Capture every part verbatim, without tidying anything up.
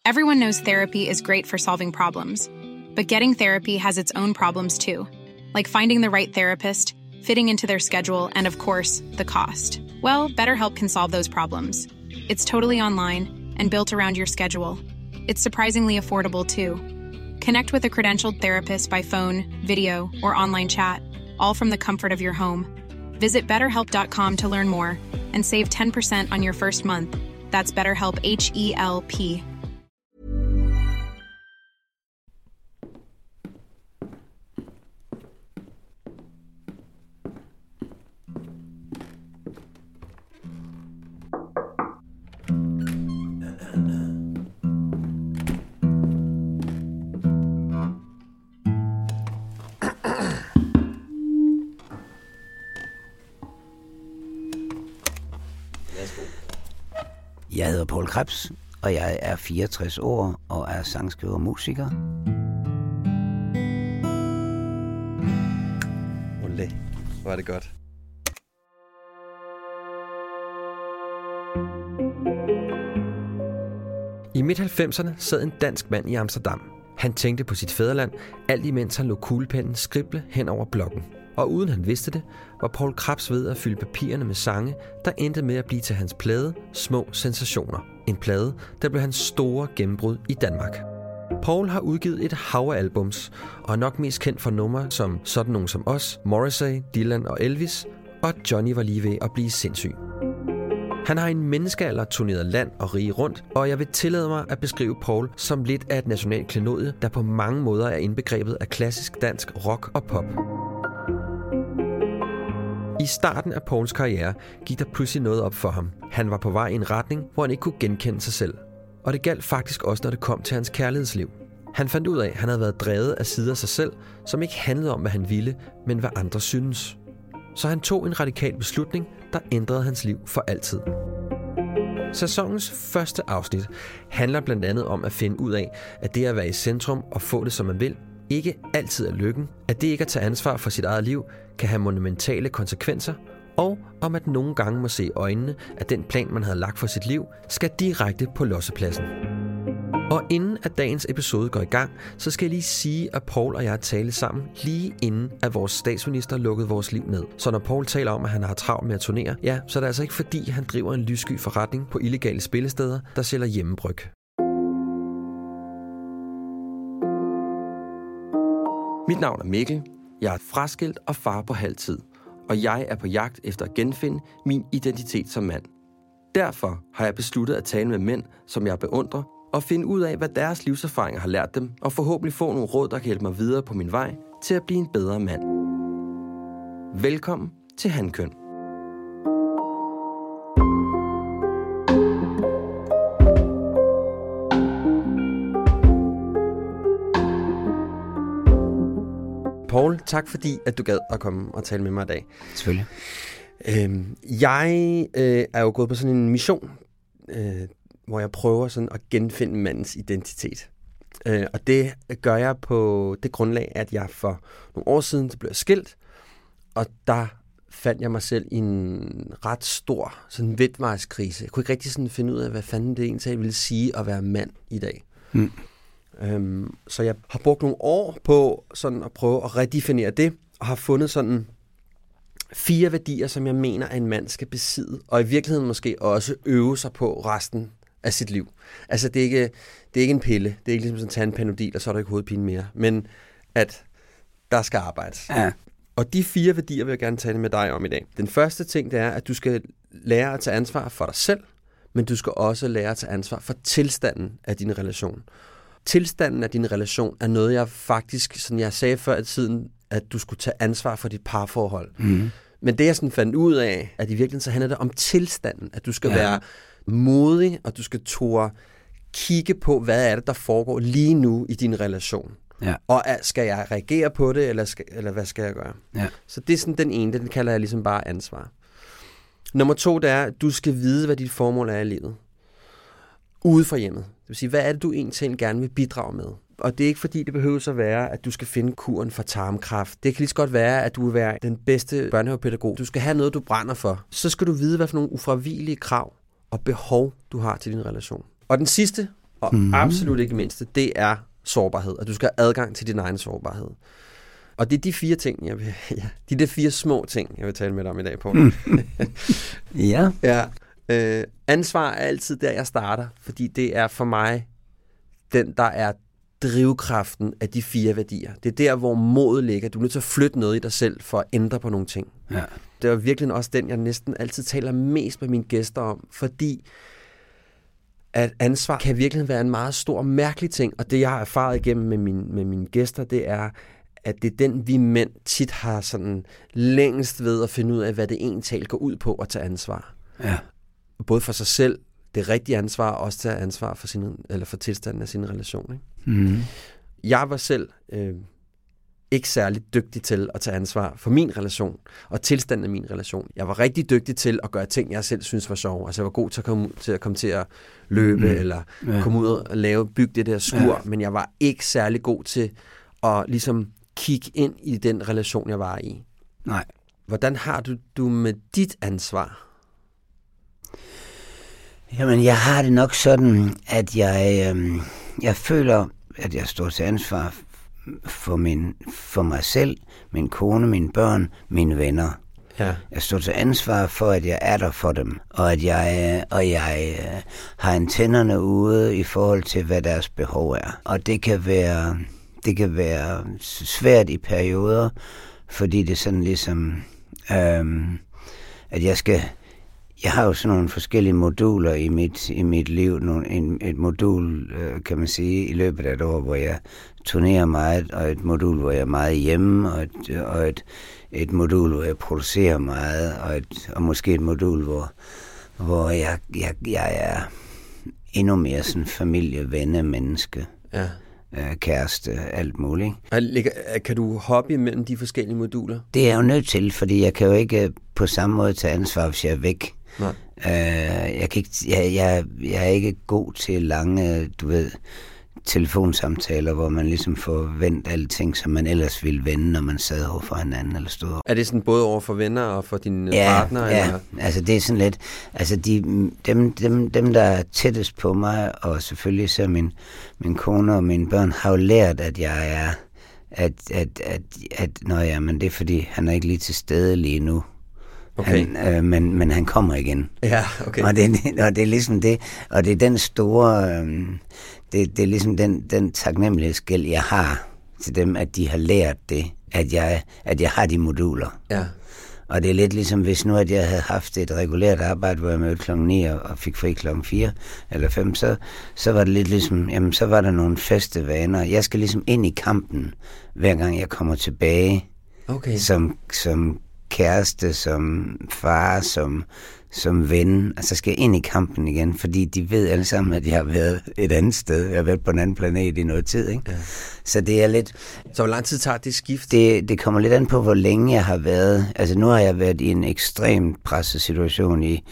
Everyone knows therapy is great for solving problems, but getting therapy has its own problems too, like finding the right therapist, fitting into their schedule, and of course, the cost. Well, BetterHelp can solve those problems. It's totally online and built around your schedule. It's surprisingly affordable too. Connect with a credentialed therapist by phone, video, or online chat, all from the comfort of your home. Visit better help dot com to learn more and save ten percent on your first month. That's BetterHelp, H E L P. Jeg hedder Poul Krebs, og jeg er fireogtres år og er sangskriver og musiker. Olé, hvor er det godt. I midt halvfemserne sad en dansk mand i Amsterdam. Han tænkte på sit fædreland, alt imens han lå kuglepennen skrible hen over blokken. Og uden han vidste det, var Poul Krebs ved at fylde papirerne med sange, der endte med at blive til hans plade Små Sensationer. En plade, der blev hans store gennembrud i Danmark. Poul har udgivet et hav af albums, og er nok mest kendt for numre som Sådan nogen som os, Morrissey, Dylan og Elvis, og Johnny var lige ved at blive sindssyg. Han har i en menneskealder turneret land og rige rundt, og jeg vil tillade mig at beskrive Poul som lidt af et nationalt klenodie, der på mange måder er indbegrebet af klassisk dansk rock og pop. I starten af Pouls karriere gik der pludselig noget op for ham. Han var på vej i en retning, hvor han ikke kunne genkende sig selv. Og det galt faktisk også, når det kom til hans kærlighedsliv. Han fandt ud af, at han havde været drevet af sider af sig selv, som ikke handlede om, hvad han ville, men hvad andre synes. Så han tog en radikal beslutning, der ændrede hans liv for altid. Sæsonens første afsnit handler blandt andet om at finde ud af, at det at være i centrum og få det, som man vil, ikke altid er lykken, at det ikke at tage ansvar for sit eget liv kan have monumentale konsekvenser, og om at nogle gange må se i øjnene, at den plan, man havde lagt for sit liv, skal direkte på lossepladsen. Og inden at dagens episode går i gang, så skal jeg lige sige, at Poul og jeg talte sammen lige inden, at vores statsminister lukkede vores liv ned. Så når Poul taler om, at han har travlt med at turnere, ja, så er det altså ikke fordi, han driver en lyssky forretning på illegale spillesteder, der sælger hjemmebryg. Mit navn er Mikkel, jeg er fraskilt og far på halv tid, og jeg er på jagt efter at genfinde min identitet som mand. Derfor har jeg besluttet at tale med mænd, som jeg beundrer, og finde ud af, hvad deres livserfaringer har lært dem, og forhåbentlig få nogle råd, der kan hjælpe mig videre på min vej til at blive en bedre mand. Velkommen til Hankøn. Poul, tak fordi, at du gad at komme og tale med mig i dag. Selvfølgelig. Øhm, jeg øh, er jo gået på sådan en mission, øh, hvor jeg prøver sådan at genfinde mandens identitet. Øh, og det gør jeg på det grundlag, at jeg for nogle år siden blev skilt, og der fandt jeg mig selv i en ret stor sådan midtvejskrise. Jeg kunne ikke rigtig sådan finde ud af, hvad fanden det egentlig ville sige at være mand i dag. Mm. Øhm, så jeg har brugt nogle år på sådan at prøve at redefinere det, og har fundet sådan fire værdier, som jeg mener, at en mand skal besidde, og i virkeligheden måske også øve sig på resten af sit liv. Altså, det er ikke, det er ikke en pille. Det er ikke ligesom sådan at tage en Panodil, og så er der ikke hovedpine mere. Men at der skal arbejdes. Ja. Og de fire værdier vil jeg gerne tale med dig om i dag. Den første ting, det er, at du skal lære at tage ansvar for dig selv, men du skal også lære at tage ansvar for tilstanden af din relation. Tilstanden af din relation er noget, jeg faktisk, som jeg sagde før i tiden, at du skulle tage ansvar for dit parforhold. Mm. Men det, jeg sådan fandt ud af, at i virkeligheden så handler det om tilstanden. At du skal ja. være modig, og du skal turde kigge på, hvad er det, der foregår lige nu i din relation. Ja. Og skal jeg reagere på det, eller, skal, eller hvad skal jeg gøre? Ja. Så det er sådan den ene, den kalder jeg ligesom bare ansvar. Nummer to, det er, at du skal vide, hvad dit formål er i livet. Ude fra hjemmet. Det vil sige, hvad er det, du egentlig gerne vil bidrage med? Og det er ikke fordi, det behøver at være, at du skal finde kuren for tarmkræft. Det kan lige så godt være, at du vil være den bedste børnehavepædagog. Du skal have noget, du brænder for. Så skal du vide, hvad for nogle ufravigelige krav og behov, du har til din relation. Og den sidste, Og mm. absolut ikke mindst, det er sårbarhed, og du skal have adgang til din egen sårbarhed. Og det er de fire ting, jeg vil, ja, de der fire små ting, jeg vil tale med dig om i dag, Poul. Mm. ja. ja. Øh, ansvar er altid der, jeg starter, fordi det er for mig den, der er drivkraften af de fire værdier. Det er der, hvor modet ligger. Du er nødt til at flytte noget i dig selv for at ændre på nogle ting. Ja. Det er virkelig også den, jeg næsten altid taler mest med mine gæster om, fordi at ansvar kan virkelig være en meget stor og mærkelig ting, og det, jeg har erfaret igennem med, min, med mine gæster, det er, at det er den, vi mænd tit har sådan længst ved at finde ud af, hvad det egentlig går ud på at tage ansvar. Ja. Både for sig selv, det rigtige ansvar, og også tage ansvar for, sin, eller for tilstanden af sin relation. Ikke? Mm. Jeg var selv øh, ikke særlig dygtig til at tage ansvar for min relation, og tilstanden af min relation. Jeg var rigtig dygtig til at gøre ting, jeg selv synes var sjove. Altså jeg var god til at komme til at, komme til at løbe, mm. eller ja. komme ud og lave, bygge det der skur, ja. Men jeg var ikke særlig god til at ligesom kigge ind i den relation, jeg var i. Nej. Hvordan har du, du med dit ansvar? Jamen, jeg har det nok sådan, at jeg, øh, jeg føler, at jeg står til ansvar for, min, for mig selv, min kone, mine børn, mine venner. Ja. Jeg står til ansvar for, at jeg er der for dem, og at jeg, og jeg øh, har antennerne ude i forhold til, hvad deres behov er. Og det kan være, det kan være svært i perioder, fordi det er sådan ligesom, øh, at jeg skal... Jeg har jo sådan nogle forskellige moduler i mit, i mit liv. Nogle, en, et modul, øh, kan man sige, i løbet af et år, hvor jeg turnerer meget, og et modul, hvor jeg er meget hjemme, og et, og et, et modul, hvor jeg producerer meget, og, et, og måske et modul, hvor, hvor jeg, jeg, jeg er endnu mere sådan familie, venner, menneske. Ja. Øh, kæreste, alt muligt. Kan du hoppe imellem de forskellige moduler? Det er jeg jo nødt til, fordi jeg kan jo ikke på samme måde tage ansvar, hvis jeg er væk. Nej. Øh, jeg, kan ikke, jeg, jeg, jeg er ikke god til lange, du ved, telefonsamtaler, hvor man ligesom får vendt alting, som man ellers ville vende, når man sad over for hinanden eller stod over. Er det sådan både over for venner og for dine ja, partner? Ja, eller? Altså det er sådan lidt, altså de, dem, dem, dem, der er tættest på mig, og selvfølgelig så min, min kone og mine børn, har jo lært, at jeg er, at, at, at, at nå ja, men det er fordi, han er ikke lige til stede lige nu. Okay. Han, øh, men, men han kommer igen. Ja, okay. Og det, og det er ligesom det, og det er den store, øh, det, det er ligesom den, den taknemmelighedsgæld, jeg har til dem, at de har lært det, at jeg, at jeg har de moduler. Ja. Og det er lidt ligesom, hvis nu at jeg havde haft et regulært arbejde, hvor jeg mødte klokken ni og fik fri klokken fire eller fem, så, så var det lidt ligesom, jamen så var der nogle faste vaner. Jeg skal ligesom ind i kampen, hver gang jeg kommer tilbage. Okay. Som, som kæreste, som far, som, som ven. Altså skal jeg ind i kampen igen, fordi de ved alle sammen, at jeg har været et andet sted. Jeg har været på en anden planet i noget tid, ikke? Ja. Så det er lidt... Så hvor lang tid tager det skift? Det, det kommer lidt an på, hvor længe jeg har været. Altså nu har jeg været i en ekstremt presset situation i...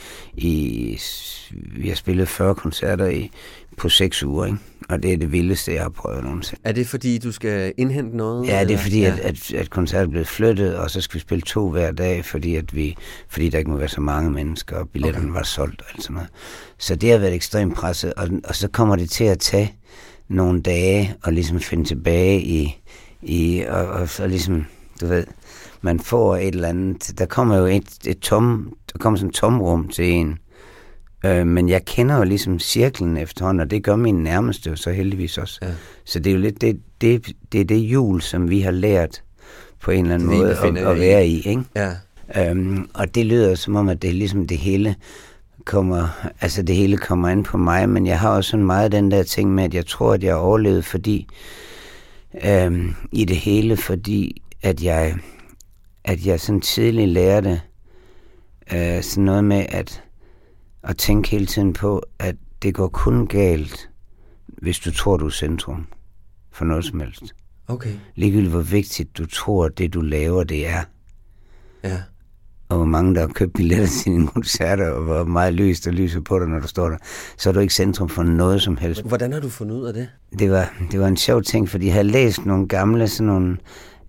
i vi har spillet fyrre koncerter i, på seks uger, ikke? Og det er det vildeste, jeg har prøvet nogensinde. Er det fordi, du skal indhente noget? Ja, det er fordi, ja. at, at, at koncerten er blevet flyttet, og så skal vi spille to hver dag, fordi, at vi, fordi der ikke må være så mange mennesker, og billetterne okay. var solgt og alt sådan noget. Så det har været ekstremt presset, og, og så kommer det til at tage nogle dage, og ligesom finde tilbage i, i og, og så ligesom, du ved, man får et eller andet, der kommer jo et, et tom, der kommer sådan et tomrum til en, Øh, men jeg kender jo ligesom cirklen efterhånden, og det gør min nærmeste jo så heldigvis også. Ja. Så det er jo lidt det, det, det er det hjul, som vi har lært på en eller anden det måde at, at være i, ikke? Ja. Øhm, og det lyder som om, at det ligesom det hele kommer, altså det hele kommer an på mig, men jeg har også sådan meget den der ting med, at jeg tror, at jeg overlevede, fordi øhm, i det hele, fordi at jeg, at jeg sådan tidligt lærte øh, sådan noget med, at og tænke hele tiden på, at det går kun galt, hvis du tror, du er centrum for noget som helst. Okay. Ligegyldigt hvor vigtigt du tror, at det du laver, det er. Ja. Og hvor mange, der har købt billetter til dine koncerter, og hvor meget lys der lyser på dig, når du står der, så er du ikke centrum for noget som helst. Hvordan har du fundet ud af det? Det var, det var en sjov ting, fordi jeg havde læst nogle gamle, sådan nogle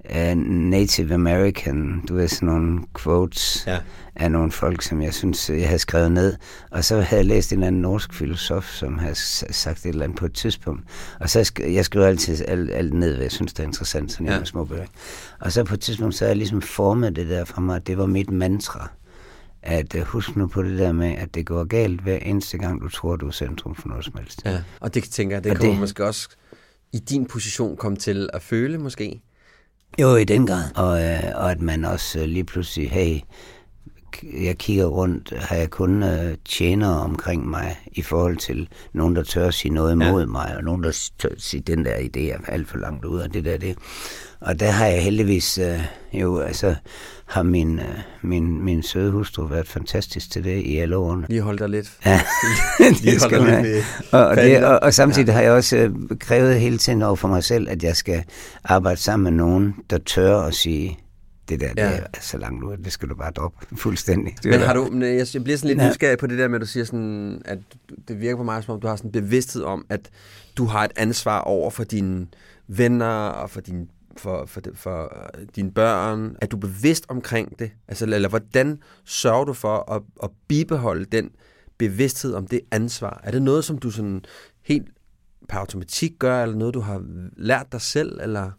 uh, Native American, du ved, sådan nogle quotes ja. af nogle folk, som jeg synes, jeg havde skrevet ned. Og så havde jeg læst en eller anden norsk filosof, som havde sagt et eller andet på et tidspunkt. Og så sk- jeg skriver altid alt, alt ned, hvad jeg synes, det er interessant, sådan ja. en små bøger. Og så på et tidspunkt, så havde jeg ligesom formet det der for mig, det var mit mantra. At uh, husk nu på det der med, at det går galt hver eneste gang, du tror, du er centrum for noget som helst. Ja, og det tænker jeg, det og kommer det, måske også i din position komme til at føle, måske? Jo, i den grad. Og, øh, og at man også øh, lige pludselig, hey, jeg kigger rundt, har jeg kun øh, tjenere omkring mig i forhold til nogen, der tør at sige noget imod ja. mig, og nogen, der tør at sige, den der idé er alt for langt ud, og det der det. Og der har jeg heldigvis øh, jo, altså, har min, øh, min, min søde hustru været fantastisk til det i alle årene. Lige holdt dig lidt. Ja, det skal man. Og, og, det, og, og samtidig ja. har jeg også øh, krævet hele tiden over for mig selv, at jeg skal arbejde sammen med nogen, der tør at sige, det der, ja. det er så langt ud, det skal du bare droppe fuldstændig. Men har du, jeg bliver sådan lidt ja. nysgerrig på det der med, at du siger sådan, at det virker på mig, som om du har sådan en bevidsthed om, at du har et ansvar over for dine venner og for dine For, for, for dine børn? Er du bevidst omkring det? Altså, eller hvordan sørger du for at, at bibeholde den bevidsthed om det ansvar? Er det noget, som du sådan helt per automatik gør, eller noget, du har lært dig selv? Eller?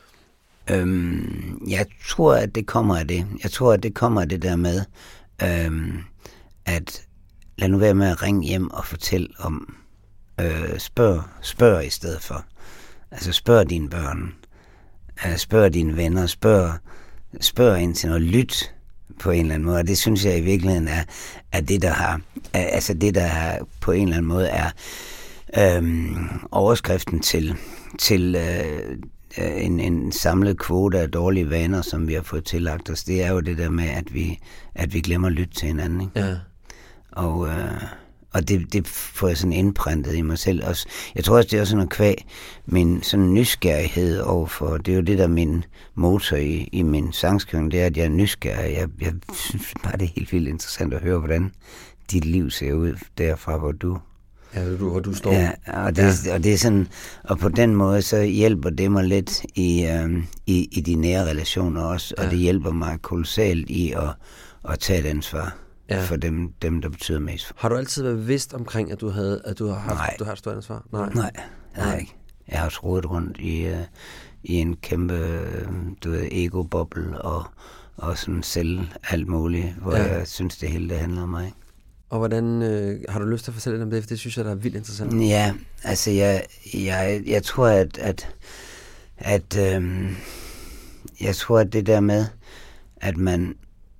Øhm, jeg tror, at det kommer af det. Jeg tror, at det kommer af det der med, øhm, at lad nu være med at ringe hjem og fortælle om, øh, spørg, spørg i stedet for. Altså, spørg dine børn. Spørg dine venner, spørg, spørg ind til noget, lyt på en eller anden måde, og det synes jeg i virkeligheden er, er det, der har, er, altså det, der har, på en eller anden måde er øhm, overskriften til, til øh, en, en samlet kvote af dårlige vaner, som vi har fået tillagt os. Det er jo det der med, at vi, at vi glemmer at lytte til hinanden, ikke? Ja. Og øh, Og det, det får jeg sådan indprintet i mig selv også. Jeg tror også, det er sådan noget kvæg, min sådan nysgerrighed overfor, det er jo det, der er min motor i, i min sangskrivning, det er, at jeg er nysgerrig. Jeg, jeg synes bare, det er helt vildt interessant at høre, hvordan dit liv ser ud derfra, hvor du... Ja, hvor du står. Ja, og det, ja. og det er sådan, og på den måde, så hjælper det mig lidt i, øhm, i, i de nære relationer også, og ja. det hjælper mig kolossalt i at, at tage et ansvar. Ja. For dem, dem, der betyder mest. Har du altid været bevidst omkring, at du havde, at du har haft, Nej. du har et stort ansvar? Nej, Nej, jeg har ikke. Jeg har også rodet rundt i, uh, i en kæmpe, du ved, ego-boble og, og sådan selv alt muligt, hvor ja. jeg synes, det hele det handler om mig. Og hvordan, øh, har du lyst til at fortælle lidt om det? For det synes jeg, der er vildt interessant. Ja, altså jeg, jeg, jeg tror, at, at, at øhm, jeg tror, at det der med, at man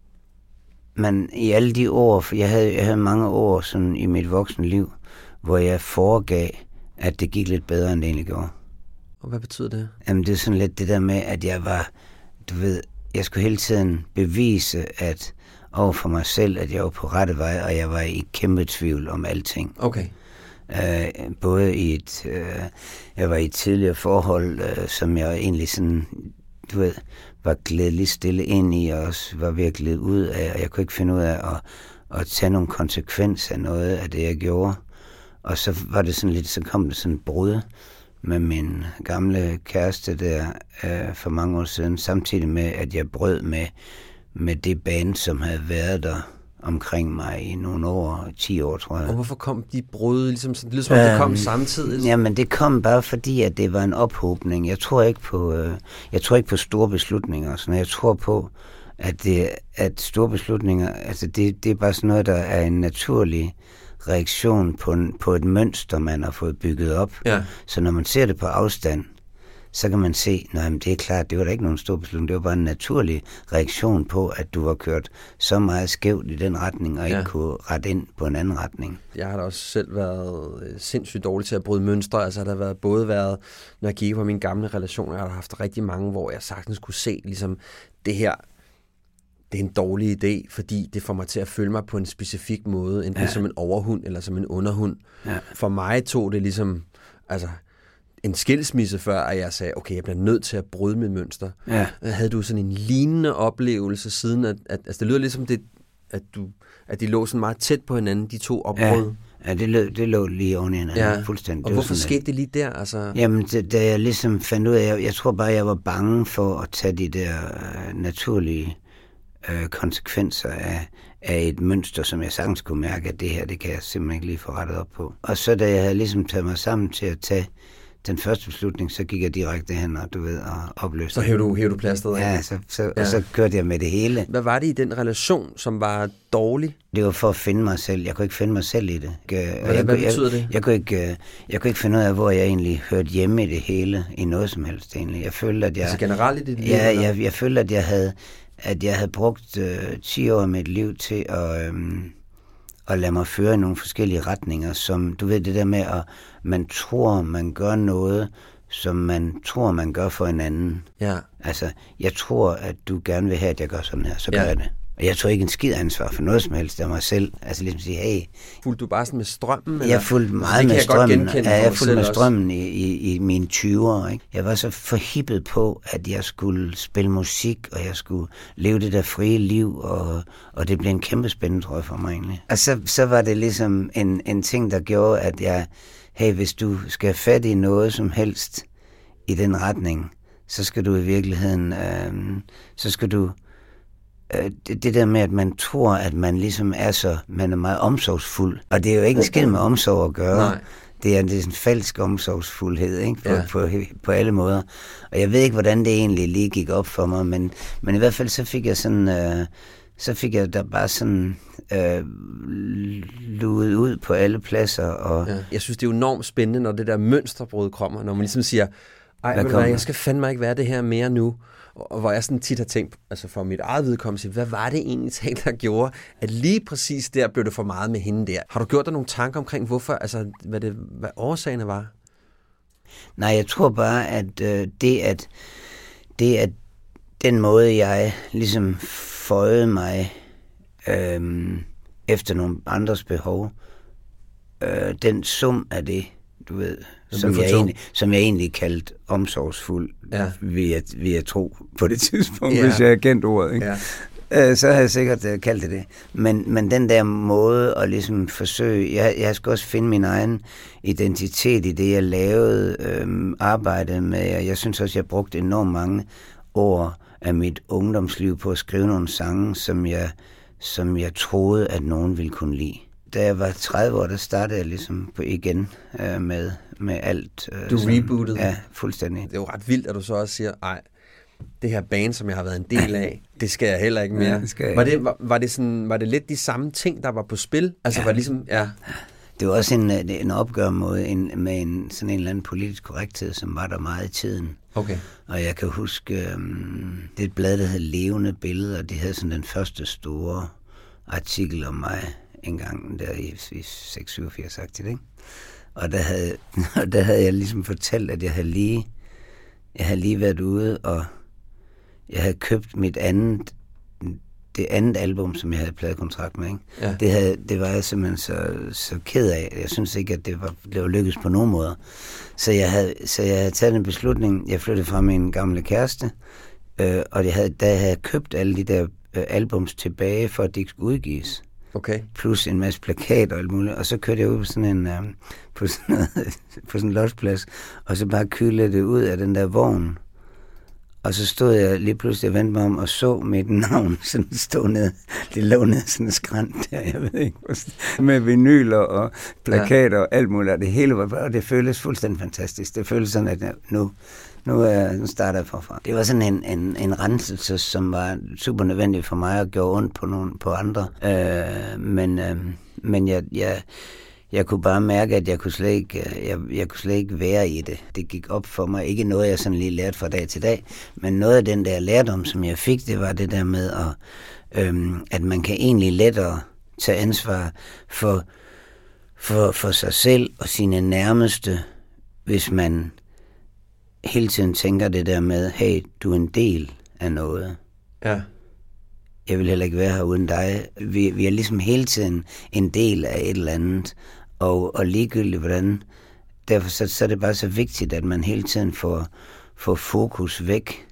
Men i alle de år, for jeg havde, jeg havde mange år sådan i mit voksne liv, hvor jeg foregav, at det gik lidt bedre, end det egentlig gjorde. Og hvad betyder det? Jamen det er sådan lidt det der med, at jeg var, du ved, jeg skulle hele tiden bevise, at over for mig selv, at jeg var på rette vej, og jeg var i kæmpe tvivl om alting. Okay. Uh, både i et, uh, jeg var i et tidligere forhold, uh, som jeg egentlig sådan, du ved, var glædeligt stille ind i, og også var ved at glide ud af, og jeg kunne ikke finde ud af at, at tage nogle konsekvenser af noget af det, jeg gjorde. Og så var det sådan lidt, så kom det sådan et brud med min gamle kæreste der øh, for mange år siden, samtidig med, at jeg brød med, med det band, som havde været der omkring mig i nogle år, ti år, tror jeg. Og hvorfor kom de brud, ligesom, det lyder som om, det kom samtidig? Jamen, det kom bare fordi, at det var en ophobning. Jeg tror ikke på, øh, jeg tror ikke på store beslutninger. Sådan. Jeg tror på, at, det, at store beslutninger, altså det, det er bare sådan noget, der er en naturlig reaktion på, en, på et mønster, man har fået bygget op. Ja. Så når man ser det på afstand, så kan man se, nej, men det er klart, det var da ikke nogen stor beslutning, det var bare en naturlig reaktion på, at du var kørt så meget skævt i den retning, og ja. ikke kunne rette ind på en anden retning. Jeg har da også selv været sindssygt dårlig til at bryde mønstre, altså der har været, både været, når jeg kigger på mine gamle relationer, jeg har haft rigtig mange, hvor jeg sagtens kunne se, ligesom, det her, det er en dårlig idé, fordi det får mig til at føle mig på en specifik måde, enten ja. som en overhund, eller som en underhund. Ja. For mig tog det ligesom, altså, en skilsmisse før, at jeg sagde, okay, jeg bliver nødt til at bryde mit mønster. Ja. Havde du sådan en lignende oplevelse siden, at, at altså det lyder ligesom det, at, du, at de lå sådan meget tæt på hinanden, de to opbrud? Ja, det lå, det lå lige oven i hinanden, ja. fuldstændig. Og hvorfor skete det lige der? Altså... Jamen, det, da jeg ligesom fandt ud af, jeg, jeg tror bare, jeg var bange for at tage de der øh, naturlige øh, konsekvenser af, af et mønster, som jeg sagtens kunne mærke, at det her, det kan jeg simpelthen ikke lige få rettet op på. Og så da jeg havde ligesom taget mig sammen til at tage den første beslutning, så gik jeg direkte hen og, du ved, og opløste. Så hævde du, hævde du plasteret af? Ja, så, så, ja, og så kørte jeg med det hele. Hvad var det i den relation, som var dårlig? Det var for at finde mig selv. Jeg kunne ikke finde mig selv i det. Jeg, hvad, jeg, hvad betyder jeg, det? Jeg, jeg, kunne ikke, jeg kunne ikke finde ud af, hvor jeg egentlig hørte hjemme i det hele, i noget som helst egentlig. Jeg følte, at jeg... Altså generelt i dit liv? Ja, jeg, jeg, jeg følte, at jeg havde, at jeg havde brugt øh, ti år af mit liv til at... Øh, og lade mig føre i nogle forskellige retninger, som, du ved, det der med, at man tror, man gør noget, som man tror, man gør for en anden. Ja. Altså, jeg tror, at du gerne vil have, at jeg gør sådan her, så gør ja. jeg det. Og jeg tror ikke en skid ansvar for noget som helst af mig selv. Altså ligesom sige, hey... Fulgte du bare sådan med strømmen? Jeg fulgte meget med strømmen. Ja, jeg fulgte med strømmen i, i, i mine tyvere. Ikke? Jeg var så forhippet på, at jeg skulle spille musik, og jeg skulle leve det der frie liv, og, og det blev en kæmpe spændende, tror jeg, for mig egentlig. Og så, så var det ligesom en, en ting, der gjorde, at jeg... Hey, hvis du skal have fat i noget som helst i den retning, så skal du i virkeligheden... Øh, så skal du... Det, det der med, at man tror, at man ligesom er så, man er meget omsorgsfuld. Og det er jo ikke en skid med omsorg at gøre. Nej. Det er, det er en falsk omsorgsfuldhed, ikke? På, ja. på, på, på alle måder. Og jeg ved ikke, hvordan det egentlig lige gik op for mig, men, men i hvert fald så fik jeg sådan, øh, så fik jeg der bare sådan øh, luet ud på alle pladser. Og ja. Jeg synes, det er enormt spændende, når det der mønsterbrud kommer, når man ligesom siger, ej, hvad hvad, jeg skal fandme ikke være det her mere nu. Og hvor jeg sådan tit har tænkt, altså for mit eget vedkommelse, hvad var det egentlig talt, der gjorde, at lige præcis der blev det for meget med hende der? Har du gjort dig nogle tanker omkring, hvorfor, altså hvad, det, hvad årsagerne var? Nej, jeg tror bare, at øh, det, at det at den måde, jeg ligesom føjede mig øh, efter nogle andres behov, øh, den sum af det, du ved, som jeg, egentlig, som jeg egentlig kaldte omsorgsfuld, ja. vil, jeg, vil jeg tro på det tidspunkt, ja. Hvis jeg har kendt ordet. Ikke? Ja. Så har jeg sikkert uh, kaldt det det. Men, men den der måde at ligesom forsøge, jeg, jeg skal også finde min egen identitet i det, jeg lavede, øhm, arbejdede med. Jeg synes også, jeg brugte enormt mange år af mit ungdomsliv på at skrive nogle sange, som jeg, som jeg troede, at nogen ville kunne lide. Da jeg var tredive år, der startede jeg ligesom på igen øh, med, med alt. Øh, du rebootede? Ja, fuldstændig. Det er jo ret vildt, at du så også siger, ej, det her band, som jeg har været en del af, det skal jeg heller ikke mere. Ja, det var, det, var, var, det sådan, var det lidt de samme ting, der var på spil? Altså ja. Var det ligesom, ja. Det var også en, en opgør mod en, med en, sådan en eller anden politisk korrekthed, som var der meget i tiden. Okay. Og jeg kan huske, um, det er et blad, der hed Levende Billeder, det havde sådan den første store artikel om mig, en gang der i, i seks syvogfirs-agtigt, ikke? Og der havde, der havde jeg ligesom fortalt, at jeg havde lige, jeg havde lige været ude, og jeg havde købt mit andet, det andet album, som jeg havde pladekontrakt med, ikke? Ja. Det, havde, det var jeg simpelthen så, så ked af. Jeg synes ikke, at det var, det var lykkedes på nogen måder. Så jeg havde, så jeg havde taget en beslutning. Jeg flyttede fra min gamle kæreste, øh, og jeg havde, da jeg havde købt alle de der øh, albums tilbage, for at de ikke skulle udgives. Okay. Plus en masse plakater og alt muligt. Og så kørte jeg ud på sådan en, øh, på sådan, noget, på sådan en lodsplads, og så bare kylede det ud af den der vogn. Og så stod jeg lige pludselig og vendte mig om og så mit navn sådan stå ned. Det lå ned sådan en skrant der, jeg ved ikke. Med vinyler og plakater ja. Og alt muligt. Og det hele var, og det føltes fuldstændig fantastisk. Det føltes sådan, at nu, nu, er, nu starter jeg forfra. Det var sådan en, en, en renselse, som var super nødvendig for mig at gøre ondt på, nogen, på andre. Øh, men øh, men jeg... jeg Jeg kunne bare mærke, at jeg kunne, slet ikke, jeg, jeg kunne slet ikke være i det. Det gik op for mig. Ikke noget, jeg sådan lige lærte fra dag til dag, men noget af den der lærdom, som jeg fik, det var det der med, at, øhm, at man kan egentlig lettere tage ansvar for, for, for sig selv og sine nærmeste, hvis man hele tiden tænker det der med, hey, du er en del af noget. Ja. Jeg vil heller ikke være her uden dig. Vi, vi er ligesom hele tiden en del af et eller andet, og, og ligegyldigt hvordan. Derfor så, så er det bare så vigtigt, at man hele tiden får, får fokus væk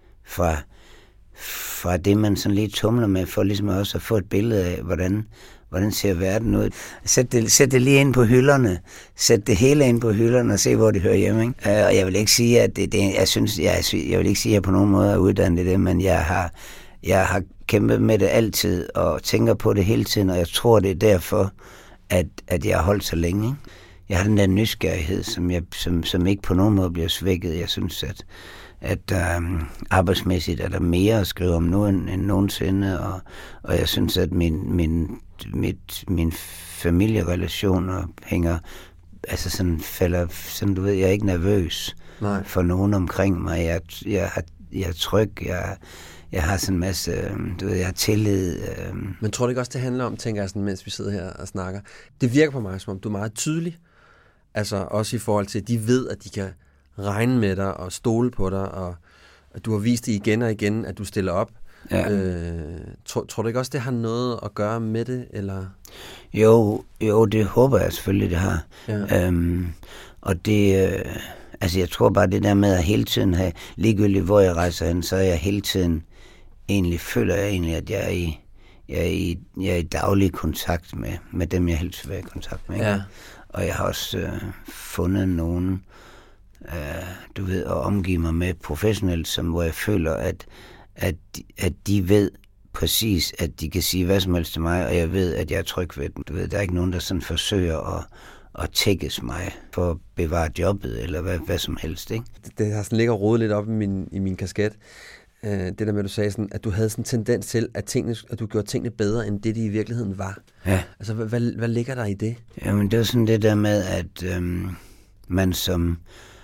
fra, fra det, man sådan lige tumler med, for ligesom også at få et billede af, hvordan, hvordan ser verden ud? Sæt det, sæt det lige ind på hylderne. Sæt det hele ind på hylderne og se, hvor det hører hjemme. Ikke? Uh, og jeg vil ikke sige, at det, det jeg synes, jeg, jeg vil ikke sige, at jeg på nogen måde er uddannet i det, men jeg har, jeg har kæmpet med det altid og tænker på det hele tiden, og jeg tror, det er derfor, at, at jeg har holdt så længe. Ikke? Jeg har den der nysgerrighed, som, jeg, som, som ikke på nogen måde bliver svækket. Jeg synes, at at øh, arbejdsmæssigt er der mere at skrive om nu end, end nogensinde, og, og jeg synes, at min, min, mit, min familierelationer hænger, altså sådan falder, sådan du ved, jeg er ikke nervøs Nej. for nogen omkring mig. Jeg, jeg, har, jeg er tryg, jeg, jeg har sådan en masse, du ved, jeg har tillid. Øh. Men tror du ikke også, det handler om, tænker jeg sådan, mens vi sidder her og snakker, det virker på mig, som om du er meget tydelig, altså også i forhold til, at de ved, at de kan regne med dig og stole på dig, og at du har vist det igen og igen, at du stiller op. Ja. Øh, tror, tror du ikke også, det har noget at gøre med det? Eller? Jo, jo, det håber jeg selvfølgelig, det har. Ja. Øhm, og det, øh, altså jeg tror bare, det der med at hele tiden have, ligegyldigt hvor jeg rejser hen, så er jeg hele tiden, egentlig føler jeg egentlig, at jeg er i, jeg er i, jeg er i daglig kontakt med, med dem, jeg helst vil være i kontakt med. Ja. Og jeg har også øh, fundet nogen, Uh, du ved, at omgive mig med professionelt, som, hvor jeg føler, at, at, at de ved præcis, at de kan sige hvad som helst til mig, og jeg ved, at jeg er tryg ved dem. Du ved, der er ikke nogen, der sådan forsøger at, at tækkes mig for at bevare jobbet, eller hvad, hvad som helst, ikke? Det, det har sådan ligget og rodet lidt op i min, i min kasket. Uh, det der med, at du sagde sådan, at du havde sådan en tendens til, at, tingene, at du gjorde tingene bedre, end det de i virkeligheden var. Ja. Altså, hvad, hvad, hvad ligger der i det? Jamen, det er sådan det der med, at øhm, man som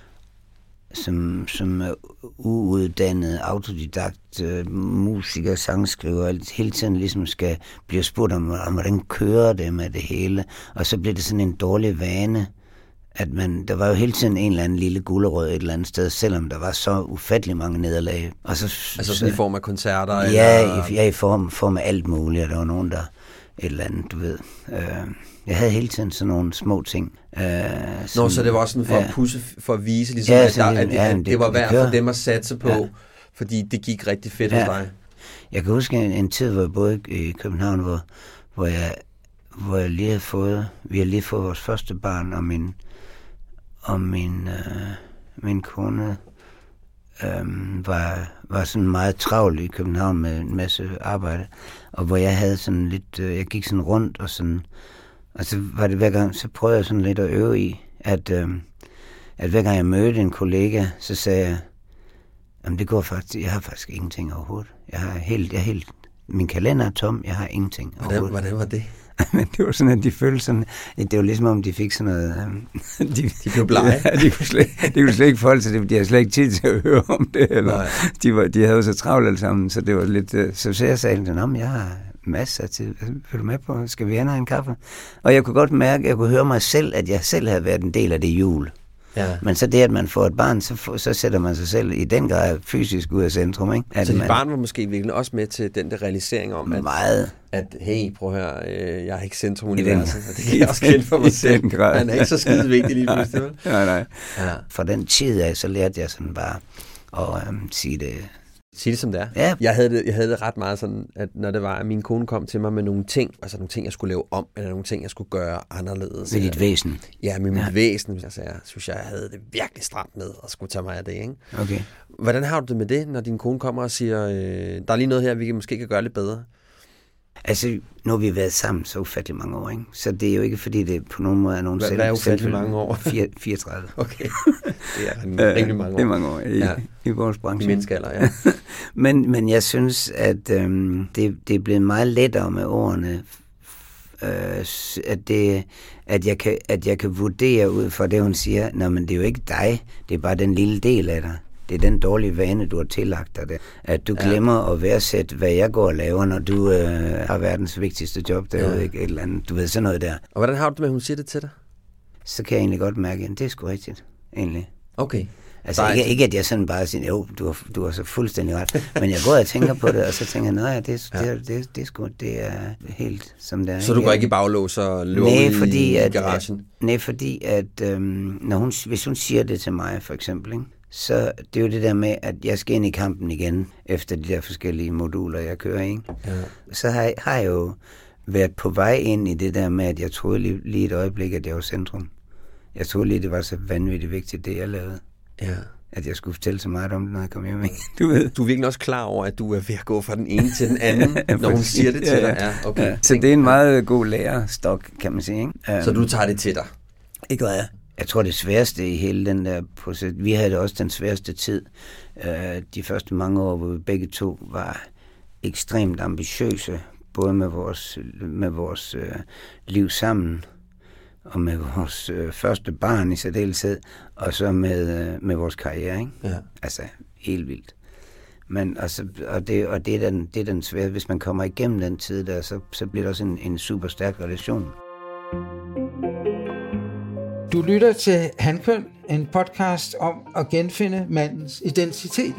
som, som uuddannet, autodidakt, øh, musiker, sangskriver, hele tiden ligesom skal blive spurgt om, om, hvordan kører det med det hele. Og så bliver det sådan en dårlig vane, at man, der var jo hele tiden en eller anden lille gulerod et eller andet sted, selvom der var så ufattelig mange nederlag. Og så, altså sådan så, i form af koncerter? Ja, eller? i, ja, i form, form af alt muligt, og der var nogen, der et eller andet, du ved. Øh, jeg havde hele tiden sådan nogle små ting. Øh, som, Nå, så det var sådan for ja. at pusse, for at vise, ligesom, ja, at, der, at, ja, at det, det var værd for dem at satse på, ja. fordi det gik rigtig fedt ja. hos dig. Jeg kan huske en, en tid, hvor jeg boede i København, hvor, hvor, jeg, hvor jeg lige havde fået, vi havde lige fået vores første barn, og min, og min, øh, min kone øh, var, var sådan meget travl i København med en masse arbejde, og hvor jeg havde sådan lidt, øh, jeg gik sådan rundt, og sådan, og så var det hver gang, så prøvede jeg sådan lidt at øve i, at, øh, at hver gang jeg mødte en kollega, så sagde jeg, jamen det går faktisk, jeg har faktisk ingenting overhovedet. Jeg har helt, jeg har helt, min kalender er tom, jeg har ingenting overhovedet. Hvordan, hvordan var det? Men det var sådan, at de følte sådan, det var ligesom om de fik sådan noget, de, de blev blege. Ja, de kunne slet, de kunne slet ikke forholde sig det, de havde slet ikke tid til at høre om det, eller de, var, de havde jo så travlt alle sammen, så det var lidt, så, så jeg sagde, at jeg har masser af tid, vil du med på, skal vi have en kaffe? Og jeg kunne godt mærke, jeg kunne høre mig selv, at jeg selv havde været en del af det jul. Ja. Men så det, at man får et barn, så, får, så sætter man sig selv i den grad fysisk ud af centrum. Ikke? At så dit man, barn var måske virkelig også med til den der realisering om, at, meget. at hey, prøv at høre, øh, jeg er ikke centrumuniverset, og det kan jeg også kende for mig selv. Han er ikke så skide vigtig lige pludselig, vel? Nej, nej. Ja. Fra den tid af, så lærte jeg sådan bare at øhm, sige det. Sige det som det er. Ja. Jeg havde det, jeg havde det ret meget sådan, at når det var, at min kone kom til mig med nogle ting, altså nogle ting, jeg skulle lave om, eller nogle ting, jeg skulle gøre anderledes. Med dit væsen? Ja, med mit ja. væsen. Altså, jeg synes, jeg havde det virkelig stramt med at skulle tage mig af det, ikke? Okay. Hvordan har du det med det, når din kone kommer og siger, øh, der er lige noget her, vi måske kan gøre lidt bedre? Altså, nu har vi været sammen så ufattelig mange år, ikke? Så det er jo ikke, fordi det på nogen måde er nogen selv. Hvad er ufattelig mange år? fireogtredive. Okay. Det er en rimelig mange år. Det er mange år i, ja. i vores branche. I menneskealder, ja. men, men jeg synes, at øhm, det, det er blevet meget lettere med årene, øh, at, det, at, jeg kan, at jeg kan vurdere ud fra det, hun siger, nå, men det er jo ikke dig, det er bare den lille del af dig. Det er den dårlige vane, du har tillagt dig det. At du ja. glemmer at værdsætte, hvad jeg går og laver, når du øh, har verdens vigtigste job derude, ja. ikke? Et eller andet. Du ved, sådan noget der. Og hvordan har du det med, at hun siger det til dig? Så kan jeg egentlig godt mærke, at det er sgu rigtigt, egentlig. Okay. Altså ikke, ikke, at jeg sådan bare siger, jo, du har, du har så fuldstændig ret. Men jeg går og tænker på det, og så tænker jeg, nej, det, ja. det, det, det, er sgu, det er helt som det er. Så du går ikke i baglås og løber nej, fordi, i at, garagen? At, nej, fordi at øhm, når hun, hvis hun siger det til mig, for eksempel, ikke? Så det er jo det der med, at jeg skal ind i kampen igen, efter de der forskellige moduler, jeg kører, ikke? Ja. Så har jeg, har jeg jo været på vej ind i det der med, at jeg troede lige, lige et øjeblik, at jeg var centrum. Jeg troede lige, det var så vanvittigt vigtigt, det jeg lavede. Ja. At jeg skulle fortælle så meget om det, når jeg kom hjem. Du ved. Du er virkelig også klar over, at du er ved at gå fra den ene til den anden, ja, når hun siger det til ja, ja. dig. Ja, okay. Ja, så det er en meget god lærerstok, kan man sige. Ikke? Så du tager det til dig? Ikke hvad? Jeg tror, det sværeste i hele den der proces, vi havde også den sværeste tid. De første mange år, hvor vi begge to var ekstremt ambitiøse, både med vores, med vores øh, liv sammen, og med vores øh, første barn i særdeleshed, og så med, øh, med vores karriere, ikke? Ja. Altså, helt vildt. Men, altså, og det, og det, er den, det er den svære. Hvis man kommer igennem den tid der, så, så bliver det også en, en super stærk relation. Du lytter til Hankøn, en podcast om at genfinde mandens identitet.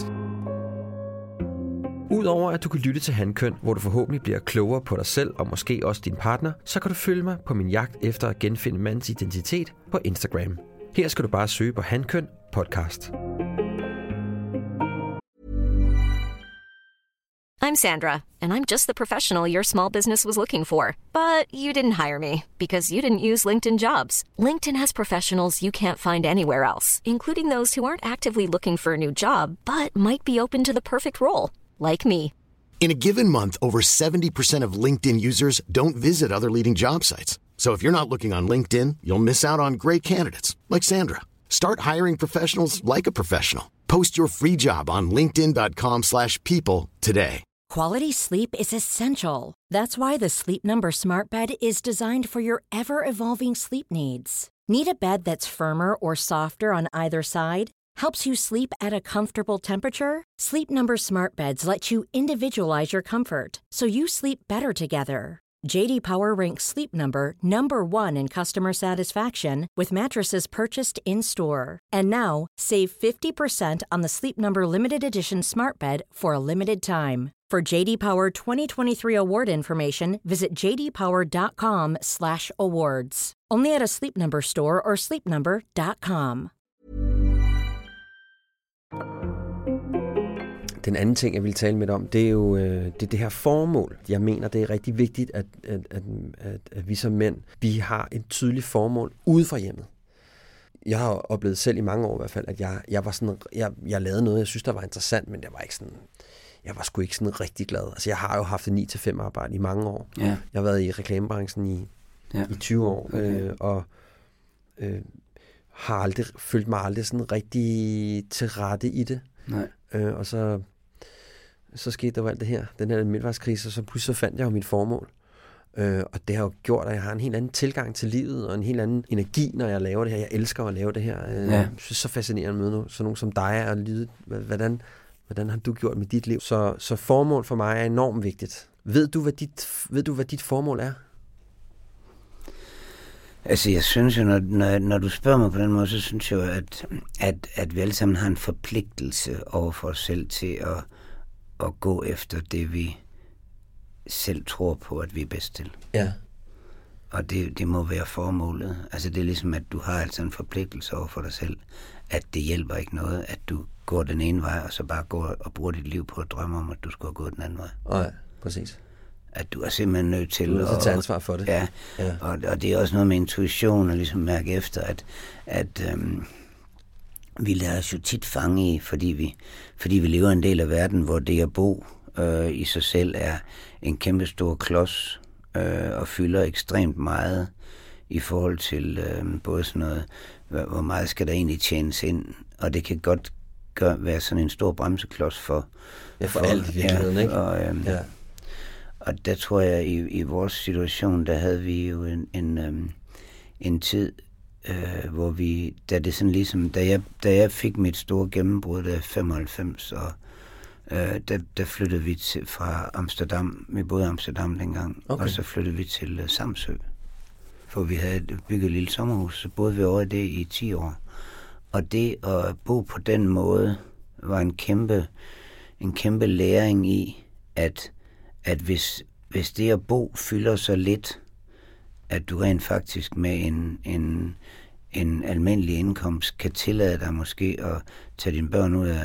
Udover at du kan lytte til Hankøn, hvor du forhåbentlig bliver klogere på dig selv og måske også din partner, så kan du følge mig på min jagt efter at genfinde mandens identitet på Instagram. Her skal du bare søge på Hankøn podcast. I'm Sandra, and I'm just the professional your small business was looking for. But you didn't hire me because you didn't use LinkedIn Jobs. LinkedIn has professionals you can't find anywhere else, including those who aren't actively looking for a new job, but might be open to the perfect role, like me. In a given month, over seventy percent of LinkedIn users don't visit other leading job sites. So if you're not looking on LinkedIn, you'll miss out on great candidates like Sandra. Start hiring professionals like a professional. Post your free job on linkedin dot com slash people today. Quality sleep is essential. That's why the Sleep Number Smart Bed is designed for your ever-evolving sleep needs. Need a bed that's firmer or softer on either side? Helps you sleep at a comfortable temperature? Sleep Number Smart Beds let you individualize your comfort, so you sleep better together. J D Power ranks Sleep Number number one in customer satisfaction with mattresses purchased in-store. And now, save fifty percent on the Sleep Number Limited Edition Smart Bed for a limited time. For J D Power twenty twenty-three award information, visit j d power dot com slash awards. Only at a Sleep Number store or sleep number dot com. Den anden ting, jeg vil tale med dig om, det er jo øh, det, er det her formål. Jeg mener, det er rigtig vigtigt, at, at, at, at, at vi som mænd, vi har et tydeligt formål ude fra hjemmet. Jeg har oplevet selv i mange år i hvert fald, at jeg, jeg var sådan, jeg, jeg lavede noget, jeg synes, der var interessant, men jeg var ikke sådan, jeg var sgu ikke sådan rigtig glad. Altså, jeg har jo haft et ni til fem arbejde i mange år. Ja. Jeg har været i reklamebranchen i, ja. i tyve år, okay. øh, og øh, har aldrig, følt mig aldrig sådan rigtig til rette i det. Nej. Øh, og så, så skete der jo alt det her, den her midtvejskrise, og så pludselig så fandt jeg jo mit formål. Øh, og det har jo gjort, at jeg har en helt anden tilgang til livet, og en helt anden energi, når jeg laver det her. Jeg elsker at lave det her. Øh, ja. Jeg synes så fascinerende med noget, sådan nogen som dig, og lyde, hvordan, hvordan har du gjort med dit liv? Så, så formål for mig er enormt vigtigt. Ved du, hvad dit, ved du, hvad dit formål er? Altså, jeg synes jo, når, når, når du spørger mig på den måde, så synes jeg jo, at, at, at vi alle sammen har en forpligtelse over for os selv til at, at gå efter det, vi selv tror på, at vi er bedst til. Ja. Og det, det må være formålet. Altså, det er ligesom, at du har altså en forpligtelse over for dig selv, at det hjælper ikke noget, at du går den ene vej, og så bare går og bruger dit liv på at drømme om, at du skulle have gået den anden vej. Nej, præcis. At du er simpelthen nødt til du er at tage ansvar for det. Ja, ja. Og, og det er også noget med intuition, og ligesom mærke efter, at, at øhm, vi lader os jo tit fange i, fordi vi, fordi vi lever en del af verden, hvor det at bo øh, i sig selv er en kæmpe stor klods, øh, og fylder ekstremt meget i forhold til øh, både sådan noget, hvor meget skal der egentlig tjenes ind, og det kan godt gøre, være sådan en stor bremseklods for, ja, for, for alt i virkeligheden, ja, ikke? Og, øhm, ja. Og der tror jeg, i, i vores situation, der havde vi jo en, en, øhm, en tid, øh, hvor vi, da det sådan ligesom, da jeg, da jeg fik mit store gennembrud, der femoghalvfems, og øh, der, der flyttede vi til, fra Amsterdam, vi boede i Amsterdam dengang, okay. Og så flyttede vi til uh, Samsø, for vi havde bygget et lille sommerhus, så boede vi over i det i ti år. Og det at bo på den måde, var en kæmpe, en kæmpe læring i, at at hvis, hvis det at bo fylder så lidt, at du rent faktisk med en, en, en almindelig indkomst kan tillade dig måske at tage dine børn ud af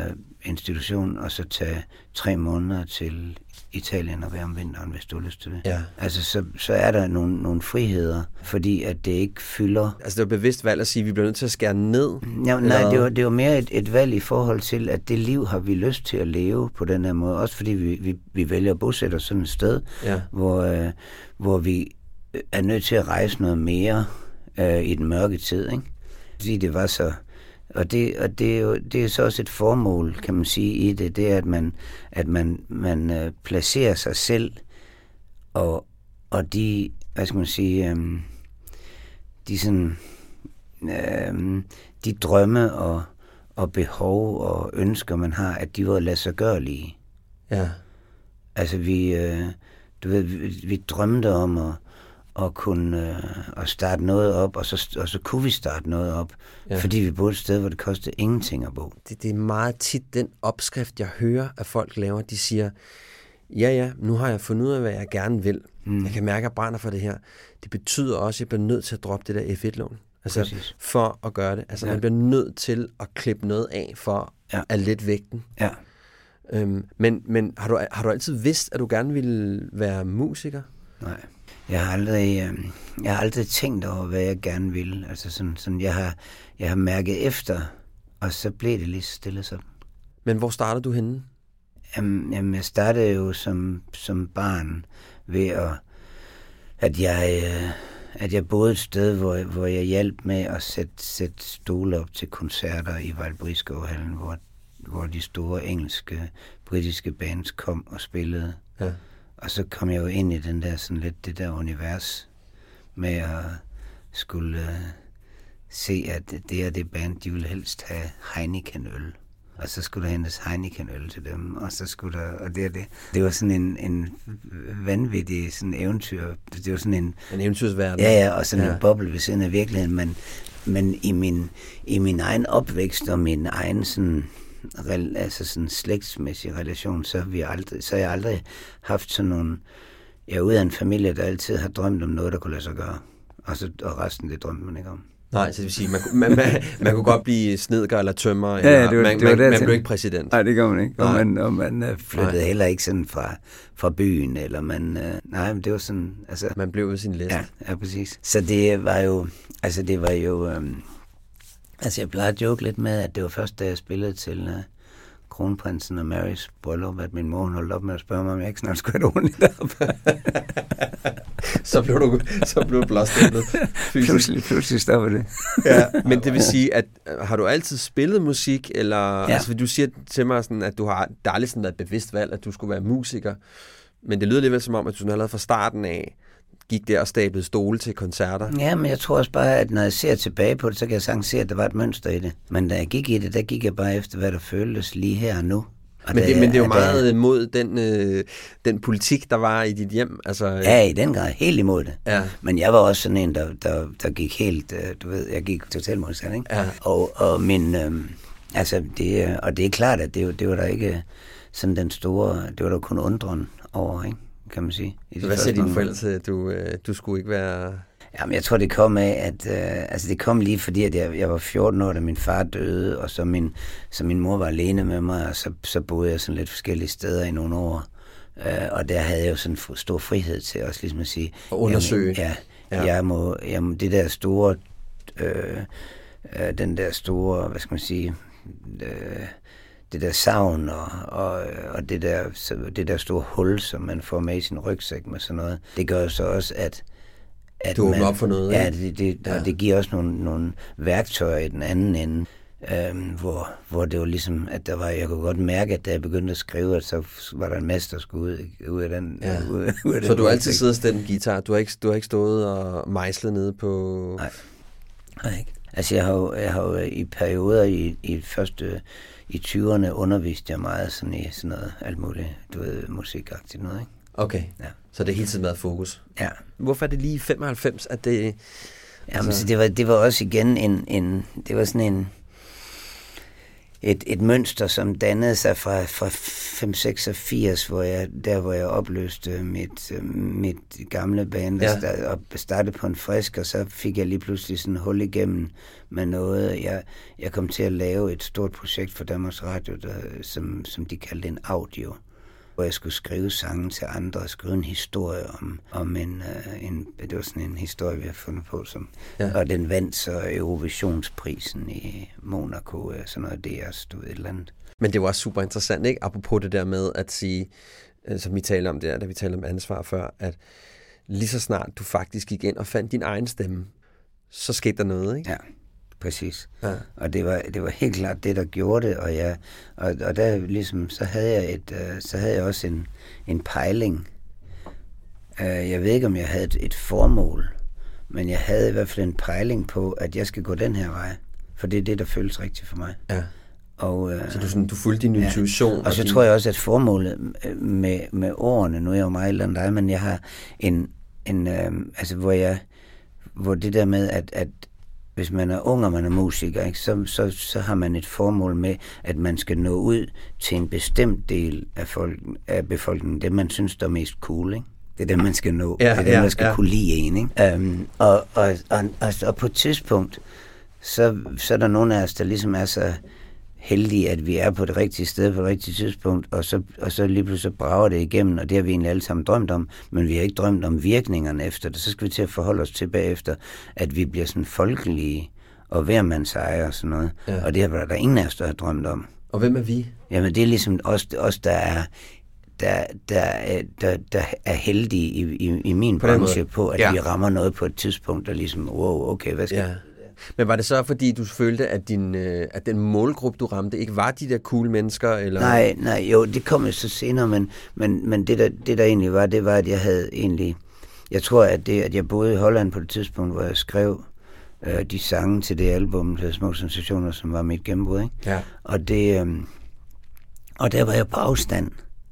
institution, og så tage tre måneder til Italien og være om vinteren, hvis du har lyst til det. Ja. Altså, så, så er der nogle, nogle friheder, fordi at det ikke fylder... Altså, det var bevidst valg at sige, at vi bliver nødt til at skære ned? Ja, nej, det var, det var mere et, et valg i forhold til, at det liv har vi lyst til at leve på den her måde. Også fordi vi, vi, vi vælger at bosætte os sådan et sted, ja. hvor, øh, hvor vi er nødt til at rejse noget mere øh, i den mørke tid, ikke? Fordi det var så... Og det, og det er jo det er så også et formål, kan man sige, i det, det er, at man, at man, man øh, placerer sig selv, og, og de, hvad skal man sige, øh, de sådan, øh, de drømme og, og behov og ønsker, man har, at de var ladsiggørlige. Ja. Altså vi, øh, du ved, vi, vi drømte om at, at kunne øh, at starte noget op, og så, og så kunne vi starte noget op, ja. Fordi vi boede et sted, hvor det kostede ingenting at bo. Det, det er meget tit den opskrift, jeg hører, at folk laver. De siger, ja ja, nu har jeg fundet ud af, hvad jeg gerne vil. Mm. Jeg kan mærke, at jeg brænder for det her. Det betyder også, at jeg bliver nødt til at droppe det der F et lån. Altså Præcis. For at gøre det. Altså ja. Man bliver nødt til at klippe noget af, for ja. At lette vægten. Ja. Øhm, men men har, du, har du altid vidst, at du gerne ville være musiker? Nej. Jeg har aldrig, øh, jeg har aldrig tænkt over, hvad jeg gerne ville. Altså sådan, sådan jeg har, jeg har mærket efter, og så blev det lige stille sådan. Men hvor startede du henne? Jamen, jamen jeg startede jo som, som barn ved at, at jeg, øh, at jeg boede et sted, hvor, hvor jeg hjalp med at sætte, sætte stole op til koncerter i Vejlbriskovhallen, hvor, hvor de store engelske, britiske bands kom og spillede. Ja. Og så kom jeg jo ind i den der sådan lidt det der univers med at skulle uh, se, at det og det band, de ville helst have Heineken-øl. Og så skulle der hentes Heineken-øl til dem, og så skulle der, og det og det. Det var sådan en, en vanvittig sådan eventyr. Det var sådan en... En eventyrsverden. Ja, ja, og sådan ja. En boble ved siden af virkeligheden. Men, men i, min, i min egen opvækst og min egen sådan... altså sådan slægtsmæssig relation, så har vi aldrig, så har jeg aldrig haft sådan nogle, jeg er ude af en familie, der altid har drømt om noget, der kunne lade sig gøre. Og, så, og resten, det drømte man ikke om. Nej, så det vil sige, man, man, man, man kunne godt blive snedker eller tømmer, eller ja, ja, det var, man, det var man, man blev ikke præsident. Nej, det gør man ikke. Og nej. man, og man uh, flyttede nej. Heller ikke sådan fra, fra byen, eller man, uh, nej, men det var sådan, altså... Man blev ved sin liste. Ja, ja, præcis. Så det var jo, altså det var jo... Um, Altså, jeg plejede at joke lidt med, at det var først, da jeg spillede til uh, kronprinsen og Marys bryllup, at min mor holdt op med at spørge mig, om jeg ikke snart skulle have det ordentligt op. så blev du, så blev du blåstemplet. pludselig, pludselig stopper det. Ja, men det vil sige, at har du altid spillet musik, eller... Ja. Altså, du siger til mig, sådan, at du har, der er aldrig sådan et bevidst valg, at du skulle være musiker, men det lyder alligevel som om, at du sådan allerede fra starten af gik der og stablede stole til koncerter. Ja, men jeg tror også bare, at når jeg ser tilbage på det, så kan jeg sagtens se, at der var et mønster i det. Men da jeg gik i det, der gik jeg bare efter, hvad der føltes lige her og nu. Og men, det, men det er jo meget jeg... mod den, øh, den politik, der var i dit hjem. Altså, ja, i den grad. Helt imod det. Ja. Men jeg var også sådan en, der, der, der gik helt, øh, du ved, jeg gik totalt modsat, ikke? Ja. Og, og min, øh, altså, det, og det er klart, at det, det var der ikke sådan den store, det var der kun undren over, ikke? Kan man sige. Hvad siger dine forældre til, at du, øh, du skulle ikke være... Jamen, jeg tror, det kom af, at... Øh, altså, det kom lige fordi, at jeg, jeg var fjorten år, da min far døde, og så min, så min mor var alene med mig, og så, så boede jeg sådan lidt forskellige steder i nogle år. Øh, og der havde jeg jo sådan en stor frihed til også ligesom at sige... Og undersøge. Jamen, ja, ja. Jeg må, jeg må... Det der store... Øh, øh, den der store, hvad skal man sige... Øh, det der savn og, og, og det, der, det der store hul, som man får med i sin rygsæk med sådan noget, det gør så også, at... at du åbner op for noget, ja, det, det, ja, og det giver også nogle, nogle værktøjer i den anden ende, øhm, hvor, hvor det var ligesom, at der var, jeg kunne godt mærke, at da jeg begyndte at skrive, at så var der en masse, der skulle ud, ud af den... Ja. Ud, ud af så den du har altid siddet og stedet en guitar? Du har ikke, du har ikke stået og mejslet nede på... Nej, nej ikke. Altså, jeg har jo, jeg har jo i perioder i, i første... I tyverne underviste jeg meget sådan i sådan noget alt muligt, du ved, musikagtigt noget, ikke? Okay, ja. Så det er hele tiden været fokus. Ja. Hvorfor er det lige femoghalvfems, at det... Jamen, altså... så det var, det var også igen en, en, det var sådan en, et, et mønster, som dannede sig fra, fra fem seksogfirs, hvor jeg, der hvor jeg opløste mit, mit gamle band ja. start, og startede på en frisk, og så fik jeg lige pludselig sådan en hul igennem med noget. Jeg, jeg kom til at lave et stort projekt for Danmarks Radio, der, som, som de kaldte en audio, hvor jeg skulle skrive sange til andre og skrive en historie om, om en, uh, en, det var sådan en historie, vi har fundet på, som, ja. og den vandt så Eurovisionsprisen i Monaco, sådan noget, det er stod et eller andet. Men det var også super interessant, ikke? Apropos det der med at sige, som vi taler om der, da vi talte om ansvar før, at lige så snart du faktisk gik ind og fandt din egen stemme, så skete der noget, ikke? Ja, præcis. Ja. Og det var, det var helt klart det, der gjorde det, og, jeg, og, og der ligesom, så havde jeg, et, uh, så havde jeg også en, en pejling. Uh, jeg ved ikke, om jeg havde et, et formål, men jeg havde i hvert fald en pejling på, at jeg skal gå den her vej, for det er det, der føles rigtigt for mig. Ja. Og, øh, så du, sådan, du fulgte din intuition? Ja. Og, og så din... tror jeg også, at formålet med, med årene, nu er jeg jo meget ældre end dig, men jeg har en, en øh, altså hvor jeg, hvor det der med, at, at hvis man er ung og man er musiker, ikke, så, så, så har man et formål med, at man skal nå ud til en bestemt del af, folk, af befolkningen, det man synes, der er mest cool, ikke? Det er dem, man skal nå. Ja, det er dem, ja, der skal ja. kunne lide en, ikke? Um, og, og, og, og, og på et tidspunkt, så, så er der nogle af os, der ligesom er så heldige, at vi er på det rigtige sted på det rigtige tidspunkt, og så, og så lige pludselig brager det igennem, og det har vi egentlig alle sammen drømt om, men vi har ikke drømt om virkningerne efter det. Så skal vi til at forholde os til bagefter, at vi bliver sådan folkelige, og hver mands ejer og sådan noget. Ja. Og det har der ingen af os, der har drømt om. Og hvem er vi? Jamen, det er ligesom os, os der er der, der, der, der er heldige i, i, i min på branche på, at ja. vi rammer noget på et tidspunkt, der ligesom, wow, okay, hvad skal ja. Men var det så, fordi du følte, at, din, at den målgruppe, du ramte, ikke var de der cool mennesker? Eller? Nej, nej, jo, det kom jo så senere, men, men, men det, der, det der egentlig var, det var, at jeg havde egentlig, jeg tror, at det, at jeg boede i Holland på det tidspunkt, hvor jeg skrev øh, de sange til det album, til Små Sensationer, som var mit gennembrud, ikke? Ja. Og det, øh, og der var jeg på afstand.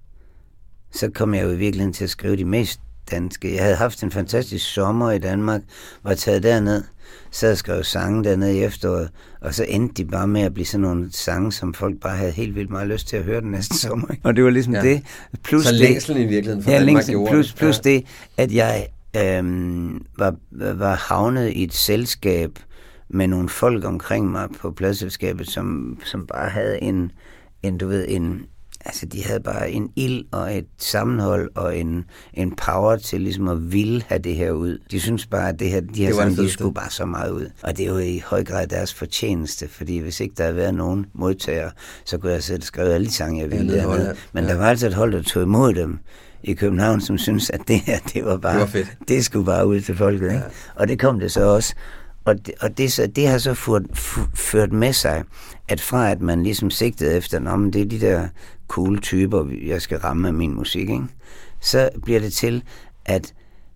Så kom jeg jo i virkeligheden til at skrive de mest danske. Jeg havde haft en fantastisk sommer i Danmark, var taget derned, så jeg skrev sange dernede i efteråret, og så endte de bare med at blive sådan nogle sange, som folk bare havde helt vildt meget lyst til at høre den næste sommer. Og det var ligesom ja. det. Plus så længslen i virkeligheden for ja, Danmark gjorde plus, plus ja. det, at jeg øhm, var, var havnet i et selskab med nogle folk omkring mig på pladselskabet, som, som bare havde en, en, du ved, en altså, de havde bare en ild og et sammenhold og en, en power til ligesom at ville have det her ud. De synes bare, at det her, de her sange, de skulle bare så meget ud. Og det er jo i høj grad deres fortjeneste, fordi hvis ikke der havde været nogen modtagere, så kunne jeg selv skrive alle de sange, jeg ville ja, dernede. Men ja. der var altså et hold, der tog imod dem i København, som synes at det her, det var bare, det, var det skulle bare ud til folket. Ikke? Ja. Og det kom det så også. Og, det, og det, så, det har så ført, ført med sig, at fra at man ligesom sigtede efter, om det er de der cool typer, jeg skal ramme med min musik, ikke? Så bliver det til, at,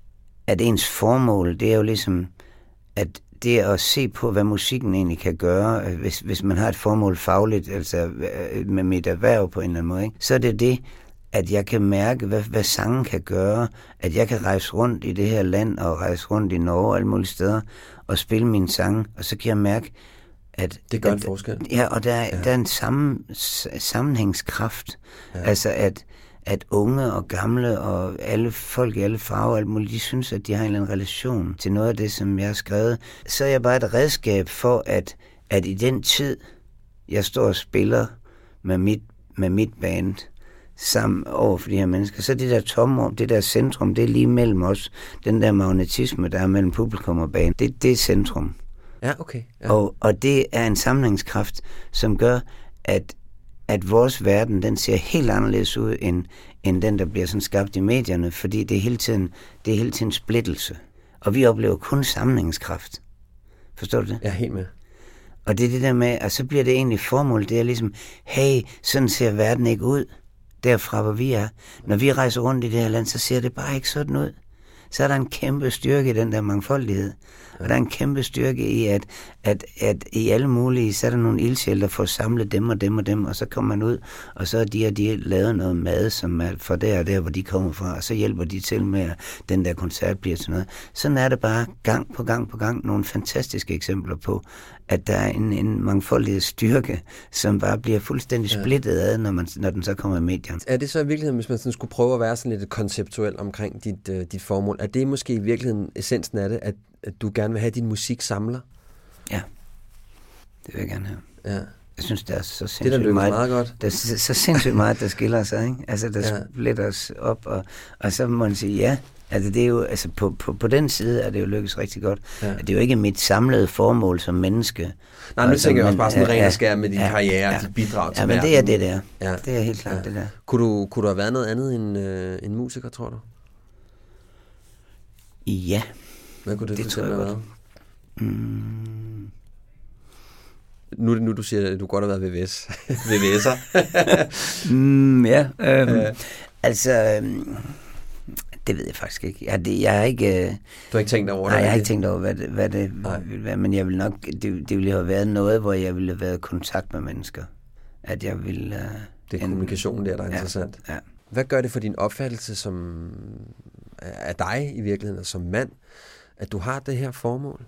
at ens formål, det er jo ligesom, at det er at se på, hvad musikken egentlig kan gøre, hvis, hvis man har et formål fagligt, altså med mit erhverv på en eller anden måde, ikke? Så er det det, at jeg kan mærke, hvad, hvad sangen kan gøre, at jeg kan rejse rundt i det her land, og rejse rundt i Norge og alle mulige steder, og spille mine sange, og så kan jeg mærke, at det gør at, en forskel. Ja, og der, ja. der er en sammen, sammenhængskraft. Ja. Altså, at, at unge og gamle og alle folk i alle farver, alt muligt, de synes, at de har en eller anden relation til noget af det, som jeg har skrevet. Så er jeg bare et redskab for, at, at i den tid, jeg står og spiller med mit, med mit band, sammen over for de her mennesker, så det der tomrum, det der centrum, det er lige mellem os. Den der magnetisme, der er mellem publikum og band, det, det er centrum. Ja, okay. Ja. Og, og det er en sammenhængskraft, som gør, at, at vores verden, den ser helt anderledes ud, end, end den, der bliver sådan skabt i medierne, fordi det er hele tiden, det er hele tiden splittelse. Og vi oplever kun sammenhængskraft. Forstår du det? Ja, helt med. Og det er det der med, og så bliver det egentlig formål, det er ligesom, hey, sådan ser verden ikke ud. Derfra, hvor vi er. Når vi rejser rundt i det her land, så ser det bare ikke sådan ud. Så er der en kæmpe styrke i den der mangfoldighed. Og der er en kæmpe styrke i, at, at, at i alle mulige, så er der nogle ildsjæle, der får samlet dem og dem og dem, og så kommer man ud, og så er de og de lavet noget mad, som er for der og der, hvor de kommer fra, og så hjælper de til med, at den der koncert bliver til noget. Sådan er det bare gang på gang på gang nogle fantastiske eksempler på, at der er en, en mangfoldig styrke, som bare bliver fuldstændig splittet ad, når, man, når den så kommer i medierne. Er det så i virkeligheden, hvis man sådan skulle prøve at være sådan lidt konceptuel omkring dit, uh, dit formål, er det måske i virkeligheden essensen af det, at, at du gerne vil have din musik samler? Ja, det vil jeg gerne have. Ja. Jeg synes, der er så sindssygt det, der meget, meget godt. Der er så, så sindssygt meget, der skiller sig, ikke? Altså, der ja. splitter os op, og, og så må man sige, ja, altså det er jo, altså på, på, på den side er det jo lykkes rigtig godt. Ja. Det er jo ikke mit samlede formål som menneske. Nej, nu tænker jeg også bare sådan ren og skær med din ja, karriere, ja, dit bidrag til ja, men verden. det er det der. Ja. Det er helt klart ja. det der. Kunne du, kunne du have været noget andet end, øh, end musiker, tror du? Ja. Hvad kunne det, det for eksempel have været? Mm. Nu er det nu, du siger, at du godt har været V V S. V V S'er. mm, ja, øhm, ja. Altså, øhm, det ved jeg faktisk ikke. Jeg, det, jeg har ikke... Øh, du har ikke tænkt over det? Nej, jeg har ikke tænkt over, hvad det, hvad det vil være, men jeg vil nok... Det, det ville have været noget, hvor jeg ville have været i kontakt med mennesker. At jeg ville... Øh, det er en, kommunikationen der, der er ja, interessant. Ja. Hvad gør det for din opfattelse som, af dig i virkeligheden, som mand, at du har det her formål?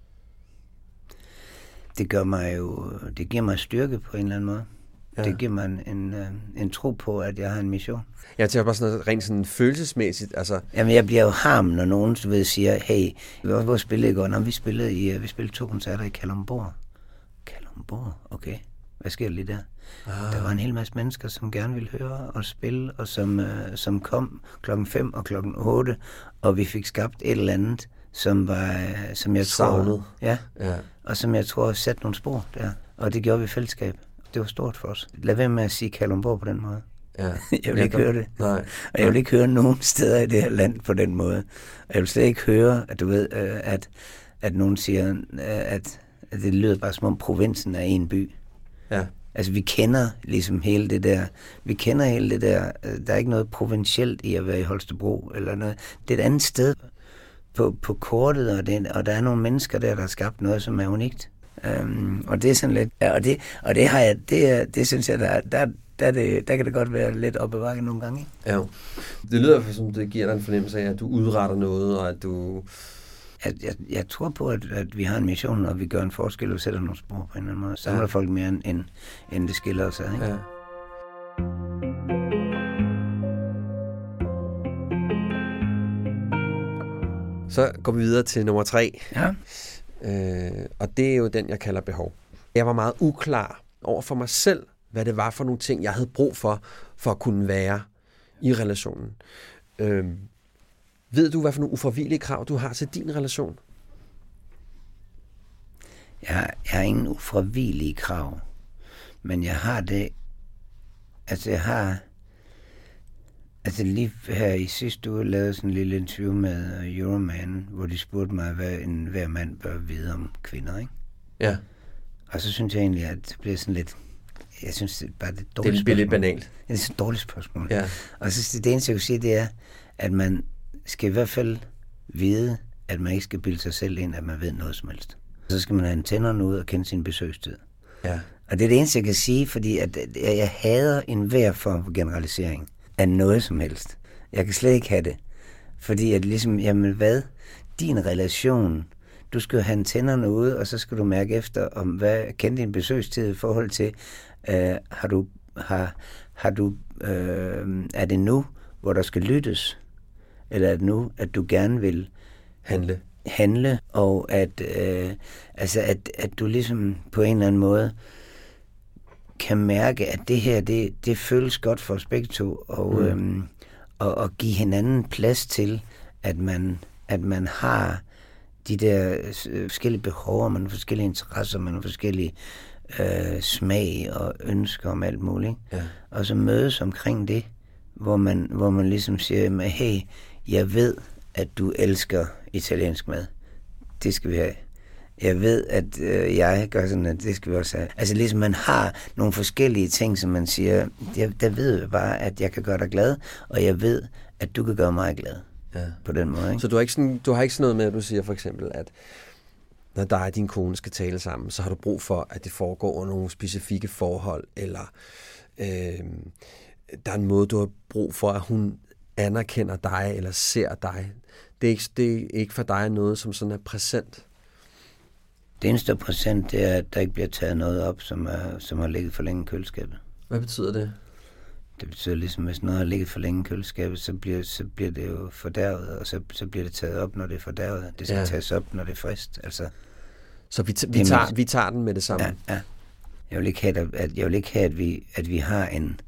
Det gør mig jo, det giver mig styrke på en eller anden måde. Ja. Det giver mig en, en, en tro på, at jeg har en mission. Jeg tænker bare sådan noget rent sådan følelsesmæssigt. Altså. Jamen, jeg bliver jo harm, når nogen du ved, siger, hey, hvor, hvor spillede I går? Nå, vi spillede, i, vi spillede to koncerter i Kalundborg. Kalundborg? Okay. Hvad sker der lige der? Ah. Der var en hel masse mennesker, som gerne ville høre og spille, og som, øh, som kom klokken fem og klokken otte, og vi fik skabt et eller andet, som var, som jeg savnet. tror, ja, ja, og som jeg tror satte nogle spor der, og det gjorde vi i fællesskab. Det var stort for os. Lad være med at sige Kalundborg på den måde. Ja. Jeg vil ikke ja, høre det. Nej. Og jeg vil ikke høre nogen steder i det her land på den måde. Og jeg vil slet ikke høre, at du ved, at, at nogen siger, at, at det lyder bare som om provinsen er en by. Ja. Altså vi kender ligesom hele det der, vi kender hele det der, der er ikke noget provincielt i at være i Holstebro eller noget. Det er et andet sted på, på kortet, og, det, og der er nogle mennesker der, der har skabt noget, som er unikt. Um, og det er sådan lidt, ja, og det, og det har jeg, det, det synes jeg, der, der, der, det, der kan det godt være lidt op ad bakke nogle gange. Ikke? Ja, det lyder som det giver dig en fornemmelse af, at du udretter noget, og at du... Jeg, jeg, jeg tror på, at, at vi har en mission, og vi gør en forskel, og sætter nogle spor på en eller anden måde. Samler ja. folk mere, end, end det skiller os ad, ikke? Ja. Så går vi videre til nummer tre. Ja. Øh, og det er jo den, jeg kalder behov. Jeg var meget uklar over for mig selv, hvad det var for nogle ting, jeg havde brug for, for at kunne være i relationen. Øh, ved du, hvad for nogle ufravigelige krav, du har til din relation? Jeg, jeg har ingen ufravigelige krav, men jeg har det, altså jeg har, altså lige her i sidste uge lavede sådan en lille interview med Euroman, hvor de spurgte mig, hvad en hver mand bør vide om kvinder, ikke? Ja. Og så synes jeg egentlig, at det bliver sådan lidt, jeg synes det er bare det dårligt spørgsmål. Det er lidt banalt. Ja, det er et dårligt spørgsmål. Ja. Og så det eneste, jeg kan sige, det er, at man skal i hvert fald vide, at man ikke skal bilde sig selv ind, at man ved noget som helst. Så skal man have antennerne ud og kende sin besøgstid. Ja. Og det er det eneste, jeg kan sige, fordi at jeg hader enhver form for generalisering af noget som helst. Jeg kan slet ikke have det. Fordi at ligesom, jamen hvad? Din relation, du skal jo have antennerne ude, og så skal du mærke efter, om hvad kende din besøgstid i forhold til, øh, har du, har, har du, øh, er det nu, hvor der skal lyttes? Eller er det nu, at du gerne vil handle? handle, og at, øh, altså at, at du ligesom på en eller anden måde kan mærke, at det her, det, det føles godt for os begge to, og, mm. øhm, og, og give hinanden plads til, at man, at man har de der forskellige behov, man har forskellige interesser, man har forskellige øh, smag og ønsker om alt muligt. Ja. Og så mødes omkring det, hvor man, hvor man ligesom siger, hey, jeg ved, at du elsker italiensk mad. Det skal vi have. Jeg ved, at øh, jeg gør sådan, at det skal vi også have. Altså ligesom man har nogle forskellige ting, som man siger, jeg, der ved jeg bare, at jeg kan gøre dig glad, og jeg ved, at du kan gøre mig glad. Ja. På den måde, ikke? Så du har ikke sådan, du har ikke sådan noget med, at du siger for eksempel, at når dig og din kone skal tale sammen, så har du brug for, at det foregår under nogle specifikke forhold, eller øh, der er en måde, du har brug for, at hun anerkender dig, eller ser dig. Det er ikke, det er ikke for dig noget, som sådan er præsent. Det eneste procent, det er, at der ikke bliver taget noget op, som, er, som har ligget for længe i køleskabet. Hvad betyder det? Det betyder ligesom, hvis noget har ligget for længe i køleskabet, så bliver, så bliver det jo fordærvet, og så, så bliver det taget op, når det er fordærvet. Det skal ja. tages op, når det er frist. Altså, så vi, t- vi, tager, vi tager den med det samme? Ja, ja. Jeg vil ikke have, at, jeg vil ikke have, at, vi, at vi har en,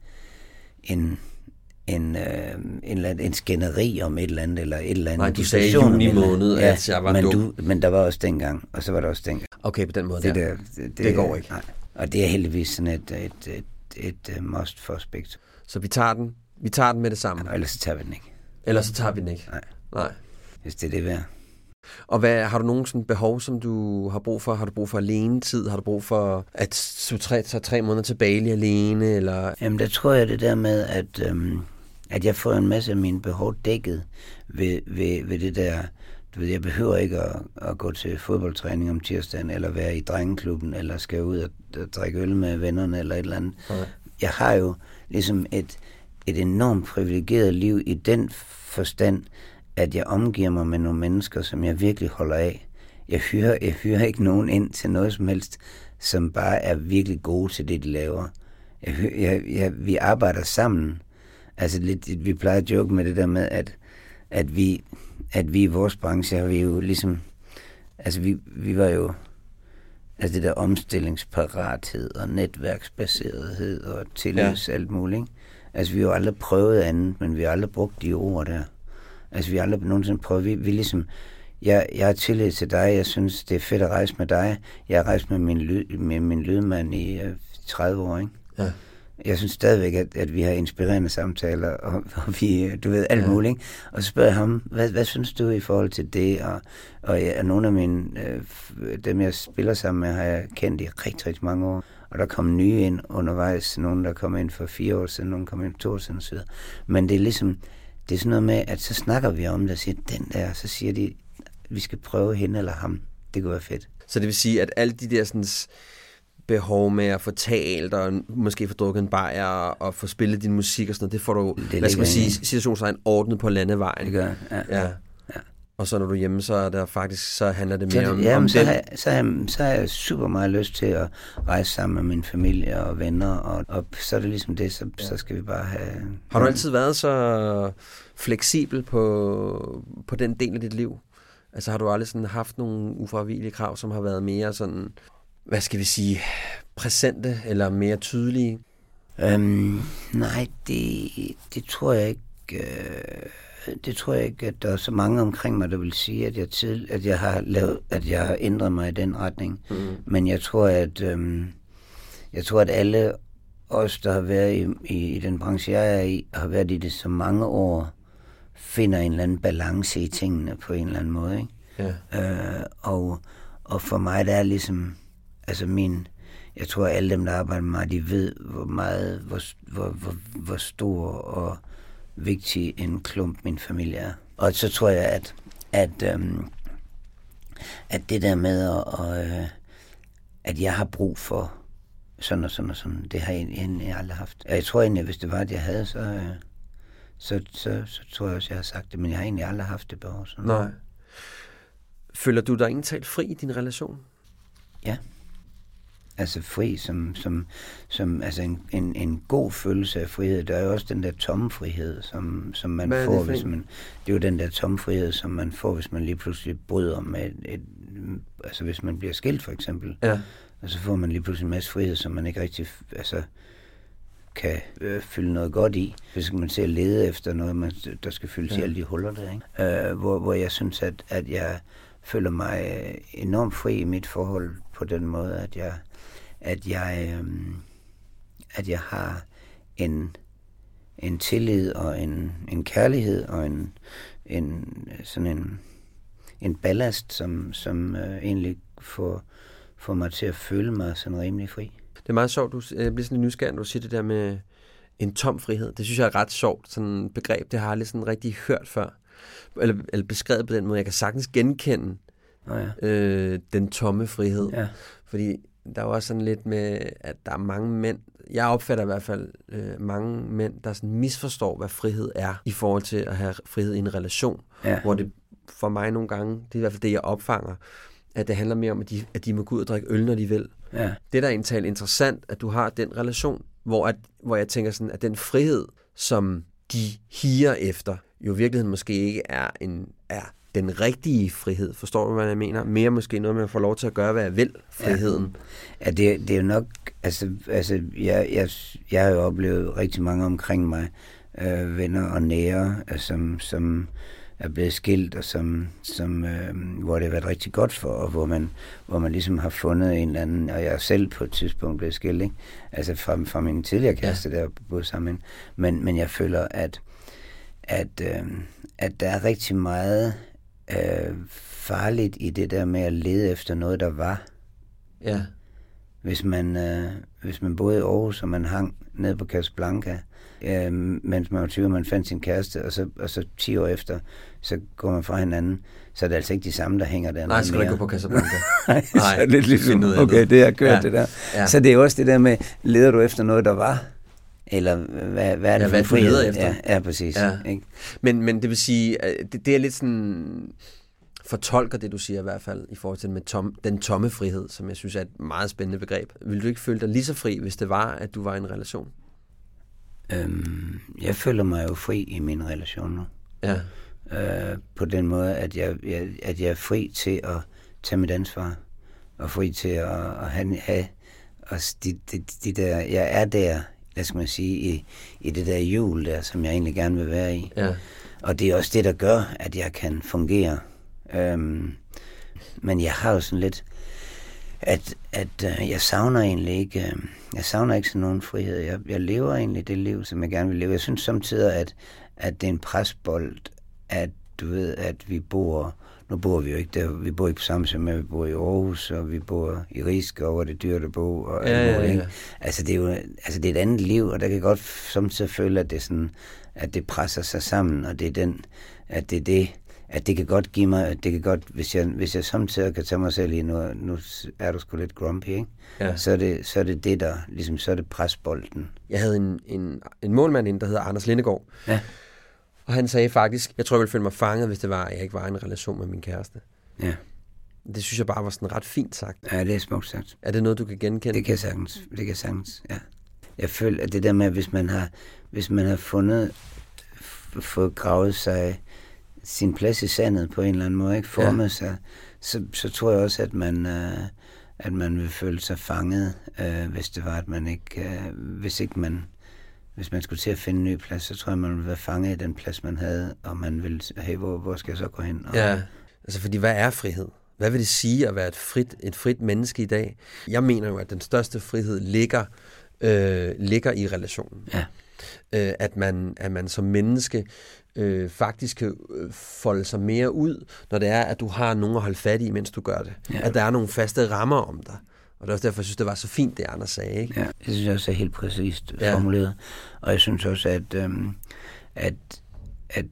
en, en, øh, en, en skænderi om et eller andet, eller et eller andet. Nej, du sagde i juni måned, ja, at jeg var men dum. Du, men der var også dengang, og så var der også dengang. Okay, på den måde det, der. der det, det, det går ikke. Nej. Og det er heldigvis sådan et, et, et, et, et must for Spektrum. Så vi tager den, vi tager den med det samme? Ja, ellers så tager vi den ikke. Ellers så tager vi den ikke? Nej. Nej. Hvis det er det værd. Og hvad, har du nogen sådan behov, som du har brug for? Har du brug for alene tid? Har du brug for at tage tre, tre måneder til Bali alene? Eller? Jamen, der tror jeg det der med, at, øhm, at jeg får en masse af mine behov dækket ved, ved, ved det der. Du ved, jeg behøver ikke at, at gå til fodboldtræning om tirsdagen, eller være i drengeklubben, eller skal ud og, og drikke øl med vennerne, eller et eller andet. Okay. Jeg har jo ligesom et, et enormt privilegeret liv i den forstand, at jeg omgiver mig med nogle mennesker, som jeg virkelig holder af. Jeg hyrer, jeg hyrer ikke nogen ind til noget som helst, som bare er virkelig gode til det, de laver. Jeg, jeg, jeg, vi arbejder sammen. Altså lidt, vi plejer at joke med det der med, at, at, vi, at vi i vores branche har vi jo ligesom, altså vi, vi var jo, altså det der omstillingsparathed og netværksbaserethed og tillids ja. alt muligt. Ikke? Altså vi har jo aldrig prøvet andet, men vi har aldrig brugt de ord der. Altså, vi har aldrig nogensinde prøvet. Vi, vi ligesom, jeg, jeg har tillid til dig. Jeg synes, det er fedt at rejse med dig. Jeg har rejst med min, lyd, med min lydmand i uh, tredive år, ikke? Ja. Jeg synes stadigvæk, at, at vi har inspirerende samtaler, og, og vi, du ved, alt ja. muligt, ikke? Og så spørger jeg ham, hvad, hvad synes du i forhold til det? Og, og ja, nogle af mine, øh, dem jeg spiller sammen med, har jeg kendt i rigtig, rigtig mange år. Og der kom nye ind undervejs. Nogle, der kom ind for fire år siden, nogle kom ind for to år siden, og så videre. Men det er ligesom, det er sådan noget med, at så snakker vi om det, og siger, den der, så siger de, vi skal prøve hende eller ham. Det kunne være fedt. Så det vil sige, at alle de der sådan, behov med at få talt, og måske få drukket en bajer, og få spillet din musik og sådan noget, det får du, det hvad skal man sige, situationsregn ordnet på landevejen. Det gør ja. ja. ja. Og så når du er hjemme, så er der faktisk, så handler det mere så, om, jamen, om så det. Har jeg, så, har jeg, så har jeg super meget lyst til at rejse sammen med min familie og venner, og, og så er det ligesom det, så, ja. så skal vi bare have... Har du altid været så fleksibel på, på den del af dit liv? Altså har du aldrig sådan haft nogle ufravigelige krav, som har været mere sådan, hvad skal vi sige, præsente eller mere tydelige? Øhm, nej, det, det tror jeg ikke... Øh... Det tror jeg ikke, at der er så mange omkring mig, der vil sige, at jeg, til, at jeg har lavet, at jeg har ændret mig i den retning. Mm. Men jeg tror, at øhm, jeg tror, at alle os, der har været i, i, i den branche, jeg er i, har været i det så mange år, finder en eller anden balance i tingene på en eller anden måde. Ikke? Ja. Øh, og, og for mig, der er ligesom, altså min, jeg tror, at alle dem, der arbejder med mig, de ved, hvor meget, hvor, hvor, hvor, hvor stor og vigtig en klump min familie er. Og så tror jeg, at at, øhm, at det der med, at, øh, at jeg har brug for sådan og sådan og sådan, det har jeg egentlig aldrig haft. Jeg tror egentlig, at hvis det var, at jeg havde, så, øh, så, så, så tror jeg også, at jeg har sagt det, men jeg har egentlig aldrig haft det behov. Sådan. Nej. Føler du dig egentlig talt fri i din relation? Ja. Altså fri som, som, som altså en, en, en god følelse af frihed. Der er jo også den der tomme frihed, som, som man Hvad får, det hvis man... Det er jo den der tomme frihed, som man får, hvis man lige pludselig bryder med et, et... Altså hvis man bliver skilt, for eksempel. Ja. Og så får man lige pludselig en masse frihed, som man ikke rigtig... Altså, kan øh, fylde noget godt i. Hvis man ser lede efter noget, man, der skal fyldes ja. i alle de huller der, ikke? Øh, hvor, hvor jeg synes, at, at jeg føler mig enormt fri i mit forhold på den måde, at jeg... at jeg, øh, at jeg har en, en tillid og en, en kærlighed og en, en, sådan en, en ballast, som, som øh, egentlig får, får mig til at føle mig sådan rimelig fri. Det er meget sjovt, du jeg bliver sådan lidt nysgerrig, når du siger det der med en tom frihed. Det synes jeg er ret sjovt, sådan et begreb. Det har jeg aldrig sådan rigtig hørt før. Eller, eller beskrevet på den måde. Jeg kan sagtens genkende oh ja. øh, den tomme frihed. Ja. Fordi der er også sådan lidt med, at der er mange mænd, jeg opfatter i hvert fald øh, mange mænd, der sådan misforstår, hvad frihed er, i forhold til at have frihed i en relation. Ja. Hvor det for mig nogle gange, det er i hvert fald det, jeg opfanger, at det handler mere om, at de, at de må gå ud og drikke øl, når de vil. Ja. Det er da egentlig interessant, at du har den relation, hvor, at, hvor jeg tænker sådan, at den frihed, som de higer efter, jo i virkeligheden måske ikke er, en, er den rigtige frihed. Forstår du, hvad jeg mener? Mere måske noget med at få lov til at gøre, hvad jeg vil, friheden. Ja, ja det, det er jo nok, altså, altså jeg, jeg, jeg har jo oplevet rigtig mange omkring mig, øh, venner og nære, altså, som, som er blevet skilt, og som, som, øh, hvor det har været rigtig godt for, og hvor man, hvor man ligesom har fundet en eller anden, og jeg er selv på et tidspunkt blevet skilt, ikke? Altså fra, fra min tidligere kæreste, ja. Der boede sammen, men, men jeg føler, at, at, øh, at der er rigtig meget øh, farligt i det der med at lede efter noget, der var. Ja. Hvis man, øh, hvis man boede i Aarhus, og man hang ned på Casablanca, øh, mens man var tyve, man fandt sin kæreste, og så, og så ti år efter, så går man fra hinanden, så er det altså ikke de samme, der hænger der. Nej, skal du ikke gå på Casablanca? Nej, så er det lidt ligesom, okay, det har kørt ja. det der. Ja. Så det er også det der med, leder du efter noget, der var? Eller hvad, hvad er det ja, for hvad frihed? leder efter? Ja, ja præcis. Ja. Ikke? Men, men det vil sige, det, det er lidt sådan, fortolker det, du siger i hvert fald, i forhold til med tom, den tomme frihed, som jeg synes er et meget spændende begreb. Vil du ikke føle dig lige så fri, hvis det var, at du var i en relation? Øhm, jeg føler mig jo fri i mine relationer. Ja. Øh, på den måde, at jeg, jeg, at jeg er fri til at tage mit ansvar, og fri til at, at have, have også de, de, de der, jeg er der, hvad skal man sige, i, i det der hjul der, som jeg egentlig gerne vil være i. Ja. Og det er også det, der gør, at jeg kan fungere. Øhm, men jeg har jo sådan lidt, at, at øh, jeg savner egentlig ikke, øh, jeg savner ikke sådan nogen frihed. Jeg, jeg lever egentlig det liv, som jeg gerne vil leve. Jeg synes samtidig, at, at det er en presbold, at du ved, at vi bor, nu bor vi jo ikke der, vi bor ikke på samme sted med, vi bor i Aarhus, og vi bor i Risskov, og det er dyrt at bo, og ja, alt muligt, ja, ja. Altså det er jo, altså det er et andet liv, og der kan godt samtidig føle, at det er sådan, at det presser sig sammen, og det er den, at det er det, at det kan godt give mig, det kan godt, hvis jeg, hvis jeg samtidig kan tage mig selv i, nu, nu er du sgu lidt grumpy, ikke? Ja. Så, er det, så er det det, der, ligesom, så er det presbolden. Jeg havde en, en, en målmand inde, der hedder Anders Lindegaard. Ja. Og han sagde faktisk, jeg tror, jeg ville føle mig fanget, hvis det var, at jeg ikke var i en relation med min kæreste. Ja. Det synes jeg bare var sådan ret fint sagt. Ja, det er smukt sagt. Er det noget, du kan genkende? Det kan jeg sagtens, det kan jeg sagtens, ja. Jeg føler, at det der med, hvis man har, hvis man har fundet, f- fået gravet sig sin plads i sandet på en eller anden måde, ikke formet ja. sig, så, så tror jeg også, at man, øh, at man vil føle sig fanget, øh, hvis det var, at man ikke, øh, hvis ikke man, hvis man skulle til at finde en ny plads, så tror jeg, man ville være fanget i den plads, man havde, og man ville, hey, hvor, hvor skal jeg så gå hen? Og, ja, altså fordi hvad er frihed? Hvad vil det sige at være et frit, et frit menneske i dag? Jeg mener jo, at den største frihed ligger, øh, ligger i relationen. Ja. Øh, at, man, at man som menneske øh, faktisk kan folde sig mere ud, når det er, at du har nogen at holde fat i, mens du gør det. Ja. At der er nogle faste rammer om dig. Og det er også derfor, jeg synes, det var så fint, det Anders sagde. Ikke? Ja, det synes jeg også er helt præcist ja. formuleret. Og jeg synes også, at, øhm, at, at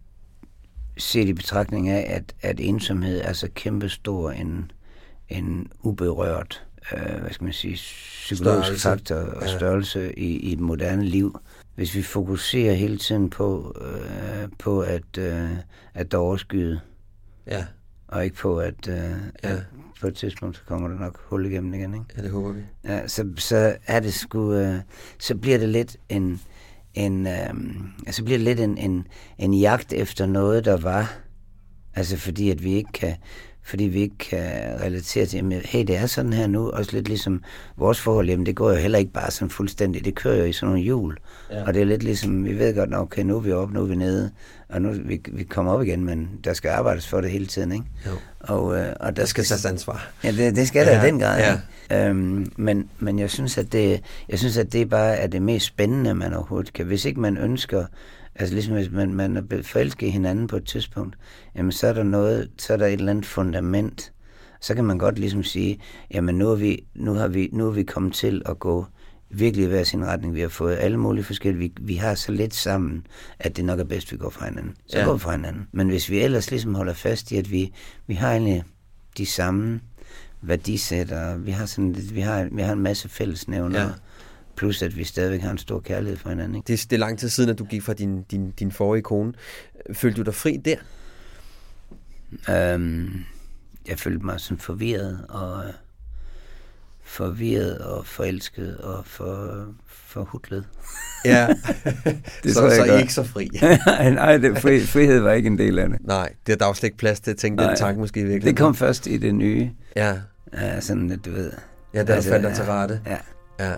set i betragtning af, at, at ensomhed er så kæmpestor en, en uberørt, øh, hvad skal man sige, psykologisk størrelse. faktor og ja. størrelse i, i et moderne liv. Hvis vi fokuserer hele tiden på, øh, på at, øh, at der overskyde, ja. og ikke på, at, øh, ja. at på et tidspunkt, så kommer der nok hul igennem igen, ikke? Ja, det håber vi. Ja, så, så er det sgu, øh, så bliver det lidt en, en øh, altså bliver det lidt en, en, en jagt efter noget, der var, altså fordi at vi ikke kan, fordi vi ikke kan relatere til, jamen, hey, det er sådan her nu, også lidt ligesom vores forhold, jamen det går jo heller ikke bare sådan fuldstændig, det kører jo i sådan nogle hjul, ja. Og det er lidt ligesom, vi ved godt, okay, nu er vi oppe, nu er vi nede, og nu vi, vi kommer op igen, men der skal arbejdes for det hele tiden, ikke? Jo. Og, øh, og der, der skal tages ansvar. Ja, det, det skal der ja. i den grad. Ja. Øhm, men, men jeg synes, at det, jeg synes, at det bare er det mest spændende, man overhovedet kan. Hvis ikke man ønsker, altså ligesom hvis man, man er forelsket i hinanden på et tidspunkt, jamen så er der noget, så er der et eller andet fundament. Så kan man godt ligesom sige, jamen nu er vi, nu har vi, nu er vi kommet til at gå virkelig i hver sin retning. Vi har fået alle mulige forskellige, vi, vi har så lidt sammen, at det nok er bedst, vi går fra hinanden. Så ja. går vi fra hinanden. Men hvis vi ellers ligesom holder fast i, at vi, vi har egentlig de samme værdisætter, vi har sådan, vi har, vi har en masse fællesnævner, ja. Plus at vi stadigvæk har en stor kærlighed for hinanden. Ikke? Det, det er lang tid siden, at du gik fra din, din, din forrige kone. Følte du dig fri der? Øhm, jeg følte mig sådan forvirret og forvirret og forelsket og for, forhudlet. Ja, det så, så ikke så fri. Nej, det, fri, frihed var ikke en del af det. Nej, det er der jo slet ikke plads til at tænke den tanke måske virkelig. Det kom først i det nye. Ja. Ja, sådan at du ved. Ja, der altså, fandt dig til rette. Ja. Ja.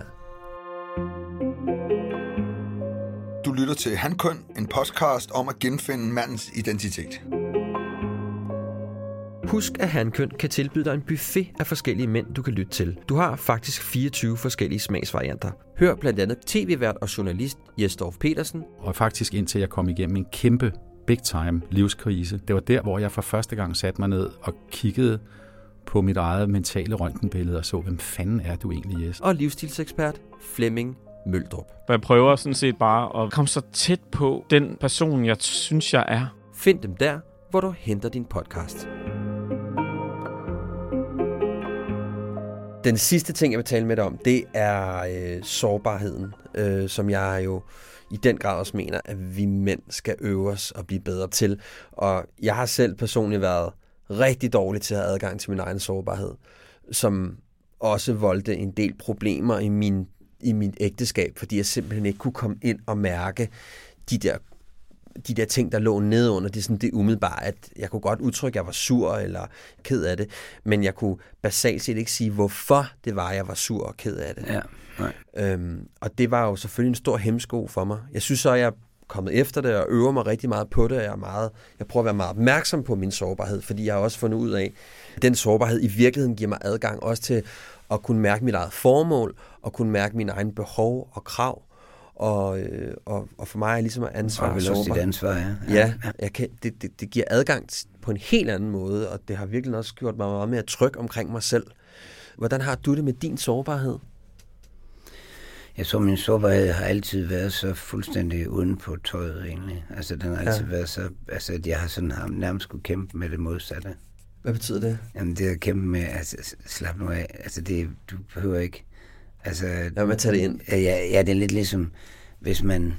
Du lytter til Hankøn, en podcast om at genfinde mandens identitet. Husk, at Hankøn kan tilbyde dig en buffet af forskellige mænd, du kan lytte til. Du har faktisk fireogtyve forskellige smagsvarianter. Hør blandt andet tv-vært og journalist Jes Dorph Petersen. Og faktisk indtil jeg kom igennem en kæmpe big time livskrise. Det var der, hvor jeg for første gang satte mig ned og kiggede på mit eget mentale røntgenbillede og så, hvem fanden er du egentlig, Jes? Og livsstilsekspert Flemming Møldrup. Jeg prøver sådan set bare at komme så tæt på den person, jeg synes, jeg er. Find dem der, hvor du henter din podcast. Den sidste ting, jeg vil tale med dig om, det er øh, sårbarheden, øh, som jeg jo i den grad også mener, at vi mænd skal øve os og blive bedre til. Og jeg har selv personligt været rigtig dårlig til at have adgang til min egen sårbarhed, som også voldte en del problemer i min, i min ægteskab, fordi jeg simpelthen ikke kunne komme ind og mærke de der de der ting, der lå nedenunder. Det er sådan det umiddelbare, at jeg kunne godt udtrykke, at jeg var sur eller ked af det, men jeg kunne basalt set ikke sige, hvorfor det var, jeg var sur og ked af det. Ja, nej. Øhm, og det var jo selvfølgelig en stor hæmsko for mig. Jeg synes så, at jeg er kommet efter det og øver mig rigtig meget på det. Jeg, er meget, jeg prøver at være meget opmærksom på min sårbarhed, fordi jeg har også fundet ud af, at den sårbarhed i virkeligheden giver mig adgang også til at kunne mærke mit eget formål og kunne mærke mine egne behov og krav. Og, øh, og, og for mig er ligesom at ansvar og vel også dit ansvar, ja. Ja, ja jeg kan, det, det, det giver adgang på en helt anden måde, og det har virkelig også gjort mig meget mere tryg omkring mig selv. Hvordan har du det med din sårbarhed? Jeg tror, min sårbarhed har altid været så fuldstændig uden på tøjet, egentlig. Altså, den har altid ja. været så, altså, at jeg har sådan har nærmest skulle kæmpe med det modsatte. Hvad betyder det? Jamen, det at kæmpe med, altså, slap nu af, altså, det, du behøver ikke. Altså, ja, man tager det ind. Ja, ja, det er lidt ligesom, hvis man,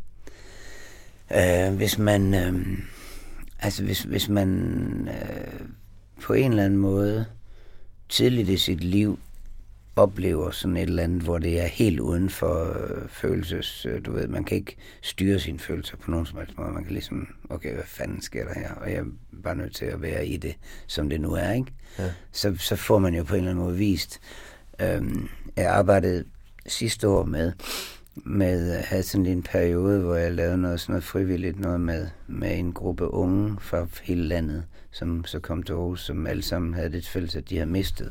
øh, hvis man, øh, altså hvis, hvis man øh, på en eller anden måde tidligt i sit liv oplever sådan et eller andet, hvor det er helt uden for øh, følelses, øh, du ved, man kan ikke styre sine følelser på nogen som helst måde. Man kan ligesom, okay, hvad fanden sker der her? Og jeg er bare nødt til at være i det, som det nu er, ikke? Ja. Så, så får man jo på en eller anden måde vist. Øhm, jeg arbejdede sidste år med, med at have sådan en periode, hvor jeg lavede noget sådan noget frivilligt, noget med, med en gruppe unge fra hele landet, som så kom til Aarhus, som alle sammen havde det fælles, at de havde mistet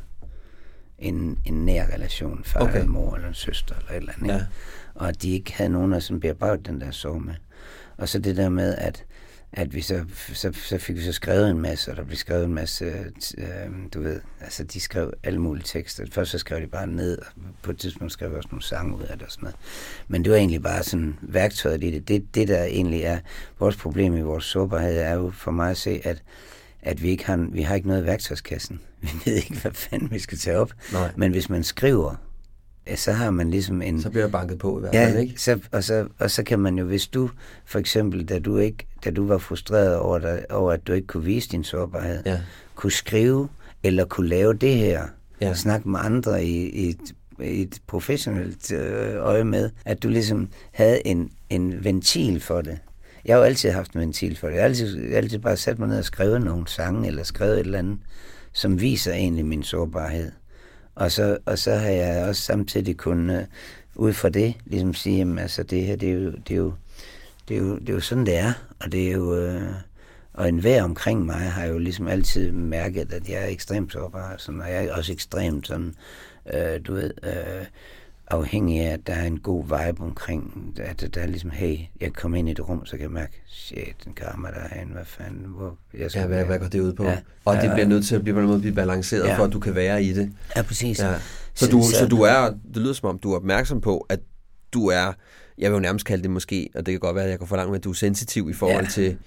en, en nær relation, far okay. eller mor eller en søster eller et eller andet. Ja. Og at de ikke havde nogen, der sådan bearbejdet den der sorg med. Og så det der med, at at vi så, så, så fik vi så skrevet en masse, og der blev skrevet en masse, øh, du ved, altså de skrev alle mulige tekster. Først så skrev de bare ned, og på et tidspunkt skrev vi også nogle sange ud af det og sådan noget. Men det var egentlig bare sådan værktøjet i det. Det, det der egentlig er vores problem i vores sårbarhed, er jo for mig at se, at, at vi ikke har, vi har ikke noget i værktøjskassen. Vi ved ikke, hvad fanden vi skal tage op. Nej. Men hvis man skriver, så har man ligesom en... Så bliver der banket på i hvert fald, ja, ikke? Så, og, så, og så kan man jo, hvis du, for eksempel, da du, ikke, da du var frustreret over, dig, over, at du ikke kunne vise din sårbarhed, ja. kunne skrive, eller kunne lave det her, ja. og snakke med andre i, i, et, i et professionelt øh, øje med, at du ligesom havde en, en ventil for det. Jeg har jo altid haft en ventil for det. Jeg har altid, jeg har altid bare sat mig ned og skrevet nogle sange, eller skrevet et eller andet, som viser egentlig min sårbarhed. Og så, og så har jeg også samtidig kunnet, uh, ud fra det, ligesom sige, jamen, altså det her, det er jo, det er jo, det er jo, det er jo sådan, det er. Og det er jo, uh, og enhver omkring mig har jo ligesom altid mærket, at jeg er ekstremt sårbar, sådan, og jeg er også ekstremt sådan, uh, du ved, uh, afhængig af, at der er en god vibe omkring, at der er ligesom, hey, jeg kommer ind i et rum, så kan jeg mærke, shit, den karma der er herinde, hvad fanden, hvor jeg skal ja, hvad, være. hvad går det ud på? Ja. Og det ja, bliver nødt til at blive på en måde blive balanceret, ja. for at du kan være i det. Ja, præcis. Ja. Så, så, du, så du er, det lyder som om, du er opmærksom på, at du er, jeg vil jo nærmest kalde det måske, og det kan godt være, at jeg går for langt med, at du er sensitiv i forhold ja. til,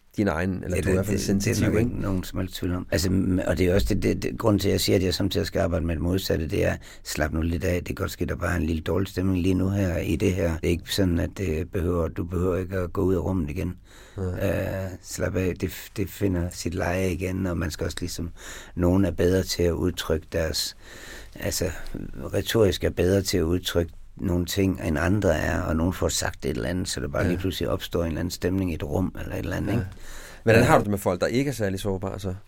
din egen, eller det, du er i hvert fald det, sensitiv, det er ikke? ikke nogen som helst tvivl om. Altså, og det er også det, det, det grund til, at jeg siger, at jeg samtidig skal arbejde med det modsatte, det er, slap nu lidt af, det kan godt ske, der bare er en lille dårlig stemning lige nu her i det her. Det er ikke sådan, at det behøver, du behøver ikke at gå ud af rummet igen. Uh, slap af, det, det finder sit leje igen, og man skal også ligesom, nogen er bedre til at udtrykke deres, altså retorisk er bedre til at udtrykke nogle ting, end andre er, og nogen får sagt et eller andet, så der bare ja. lige pludselig opstår en eller anden stemning i et rum, eller et eller andet, ja. ikke? Hvordan har du det med folk, der ikke er særlig sårbare, så?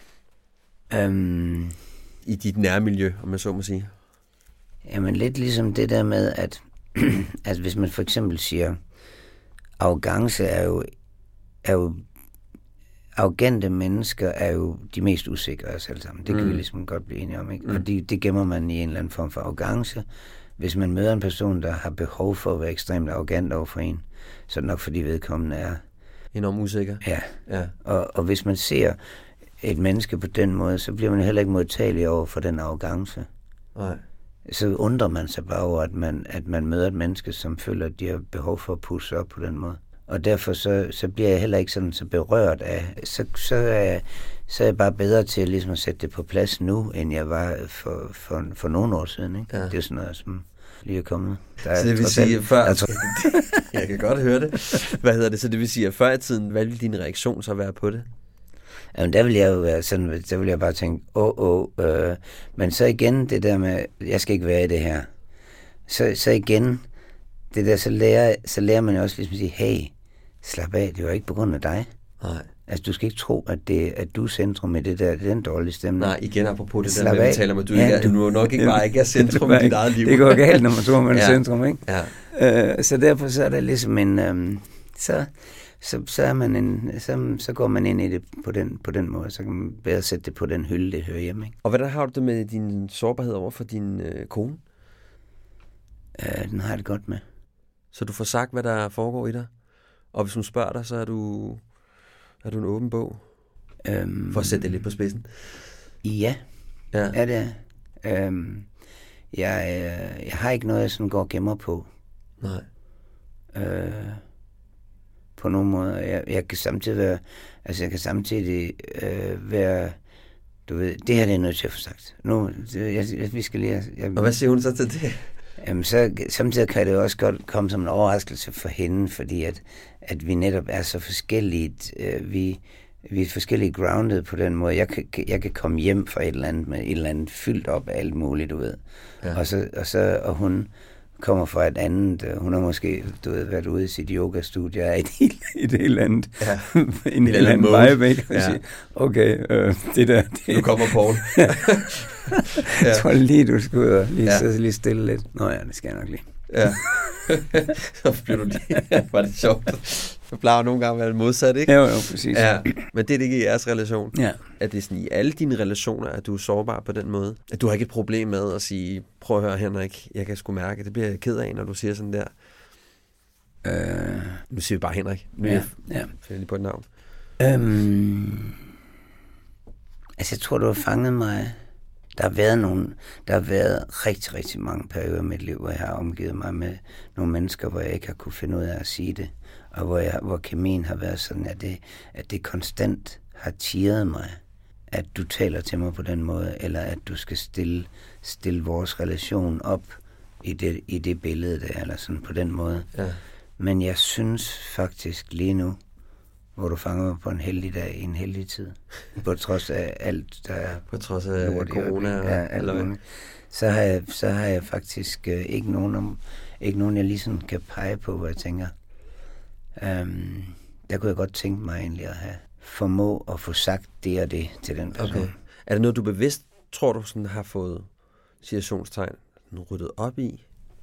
Um, I dit nærmiljø, om man så må sige. Jamen lidt ligesom det der med, at, at hvis man for eksempel siger, arrogance er jo, er jo arrogante mennesker er jo de mest usikre af os alle sammen. Det kan mm. vi ligesom godt blive enige om, ikke? Mm. Og det, det gemmer man i en eller anden form for arrogance. Hvis man møder en person, der har behov for at være ekstremt arrogant over for en, så er det nok fordi vedkommende er enormt usikker. Ja. ja. Og, og hvis man ser et menneske på den måde, så bliver man heller ikke modtagelig over for den arrogance. Nej. Så undrer man sig bare over, at man, at man møder et menneske, som føler, at de har behov for at pusse op på den måde. Og derfor så, så bliver jeg heller ikke sådan så berørt af, så, så, er jeg, så er jeg bare bedre til ligesom at sætte det på plads nu, end jeg var for, for, for nogle år siden. Ikke? Ja. Det er sådan noget, som lige er kommet. Der er så det vil sige, alt, før... altså. Jeg kan godt høre det. Hvad hedder det? Så det vil sige, at før i tiden, hvad ville din reaktion så være på det? Jamen, der vil jeg jo være sådan, der vil jeg bare tænke, åh, åh, øh. men så igen det der med, jeg skal ikke være i det her. Så, så igen, det der, så lærer, så lærer man jo også ligesom at sige, hey, slap af, det var ikke på grund af dig. Nej. Altså, du skal ikke tro, at, det, at du er centrum i det der, det er den dårlige stemning. Nej, igen apropos det slap der med, vi taler om, at du, ja, ikke er, du nu nok ikke bare ikke er centrum i dit eget liv. Det går galt, når man tror, man er ja. centrum, ikke? Ja. Øh, så derfor så er der ligesom en, øhm, så, så, så, er man en, så, så går man ind i det på den, på den måde, så kan man bedre sætte det på den hylde, det hører hjemme, ikke? Og hvordan har du det med din sårbarhed over for din øh, kone? Øh, den har jeg det godt med. Så du får sagt, hvad der foregår i dig? Og hvis hun spørger dig, så er du, er du en åben bog? Øhm, For at sætte det lidt på spidsen. Ja, ja. er det. Øhm, jeg, jeg har ikke noget, jeg sådan går og gemmer på. Nej. Øh, på nogen måde. Jeg, jeg kan samtidig være, altså jeg kan samtidig øh, være, du ved, det her det er nødt til at få sagt. Nu, det, jeg, jeg, vi skal lige... Jeg, og hvad siger hun så til det? Jamen, så samtidig kan det jo også godt komme som en overraskelse for hende, fordi at, at vi netop er så forskellige. Øh, vi, vi er forskellige grounded på den måde. Jeg kan, jeg kan komme hjem fra et eller andet med et eller andet fyldt op af alt muligt, du ved. Ja. Og, så, og, så, og hun kommer fra et andet. Hun har måske, du ved, været ude i sit yogastudie og et helt, et helt andet. Ja. en helt anden vibe, ikke? Ja. Sige, okay, øh, det der... Det, nu kommer Poul. ja. Jeg tror lige, du skal ud og lige, ja. så, lige stille lidt. Nå ja, det skal jeg nok lige. Ja. Så bliver du lige... Var det sjovt. Det plejer nogle gange at være modsat, ikke? Jo, jo, præcis. Ja. Men det er det ikke i jeres relation. Ja. At det er sådan i alle dine relationer, at du er sårbar på den måde. At du har ikke et problem med at sige, prøv at høre Henrik, jeg kan sgu mærke, det bliver jeg ked af, når du siger sådan der. Øh... Nu siger vi bare Henrik. Nu ja, jeg ja. lige på et navn. Øhm... Altså, jeg tror, du har fanget mig... Der har været nogle, der har været rigtig, rigtig mange perioder i mit liv, hvor jeg har omgivet mig med nogle mennesker, hvor jeg ikke har kunne finde ud af at sige det, og hvor, jeg, hvor kemien har været sådan, at det, at det konstant har tirret mig, at du taler til mig på den måde, eller at du skal stille, stille vores relation op i det, i det billede der, eller sådan på den måde. Ja. Men jeg synes faktisk lige nu, hvor du fanger mig på en heldig dag i en heldig tid. På trods af alt, der er... På trods af lort, corona og ja, alt eller så har jeg, så har jeg faktisk øh, ikke, nogen om, ikke nogen, jeg lige sådan kan pege på, hvor jeg tænker, øhm, der kunne jeg godt tænke mig egentlig at have formå at få sagt det og det til den person. Okay. Er det noget, du bevidst, tror du, sådan har fået situationstegn ryddet op i?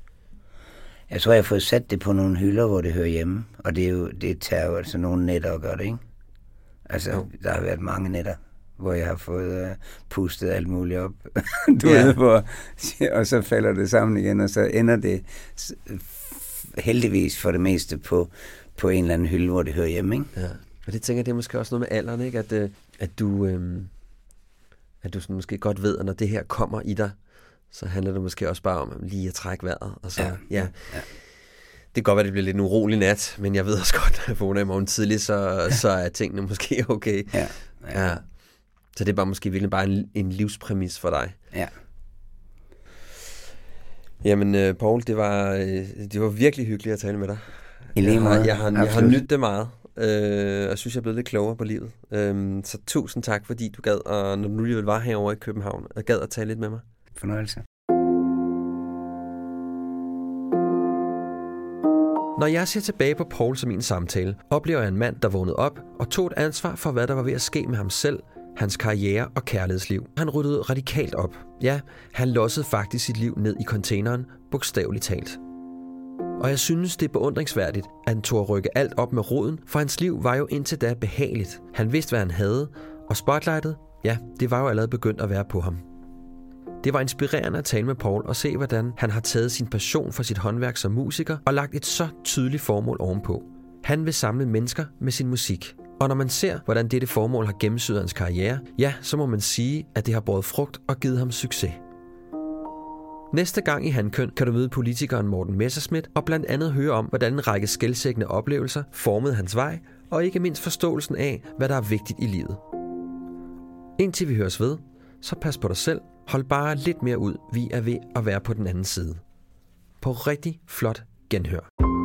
Jeg tror, jeg har fået sat det på nogle hylder, hvor det hører hjemme. Og det er jo, det tager jo altså nogle netter at gøre det, ikke? Altså, jo. Der har været mange netter, hvor jeg har fået uh, pustet alt muligt op. du ja. ved, hvor, og så falder det sammen igen, og så ender det heldigvis for det meste på, på en eller anden hylde, hvor det hører hjemme, ikke? Ja, og det tænker jeg, det er måske også noget med alderen, ikke? At, uh, at du, øhm, at du sådan måske godt ved, at når det her kommer i dig, så handler det måske også bare om lige at trække vejret. Og så, ja. Ja. Ja. kan godt være, det bliver lidt en urolig nat, men jeg ved også godt, at jeg vågner i morgen tidligt, så, så er tingene måske okay. Ja, ja. Ja. Så det er bare måske virkelig bare en, en livspræmis for dig. Ja. Jamen, uh, Poul, det var, uh, det var virkelig hyggeligt at tale med dig. I lige måde. Jeg har, jeg har, jeg har nydt det meget, uh, og jeg synes, jeg er blevet lidt klogere på livet. Um, så tusind tak, fordi du gad, og når du nu var herovre i København, og gad at tale lidt med mig. Fornøjelse. Når jeg ser tilbage på Poul som en samtale, oplever jeg en mand, der vågnede op og tog et ansvar for, hvad der var ved at ske med ham selv, hans karriere og kærlighedsliv. Han ryddede radikalt op. Ja, han lossede faktisk sit liv ned i containeren, bogstaveligt talt. Og jeg synes, det er beundringsværdigt, at han tog at rykke alt op med roden, for hans liv var jo indtil da behageligt. Han vidste, hvad han havde, og spotlightet, ja, det var jo allerede begyndt at være på ham. Det var inspirerende at tale med Poul og se, hvordan han har taget sin passion for sit håndværk som musiker og lagt et så tydeligt formål ovenpå. Han vil samle mennesker med sin musik. Og når man ser, hvordan dette formål har gennemsyret hans karriere, ja, så må man sige, at det har båret frugt og givet ham succes. Næste gang i Hankøn kan du møde politikeren Morten Messerschmidt og blandt andet høre om, hvordan en række skelsættende oplevelser formede hans vej, og ikke mindst forståelsen af, hvad der er vigtigt i livet. Indtil vi høres ved, så pas på dig selv. Hold bare lidt mere ud. Vi er ved at være på den anden side. På rigtig flot genhør.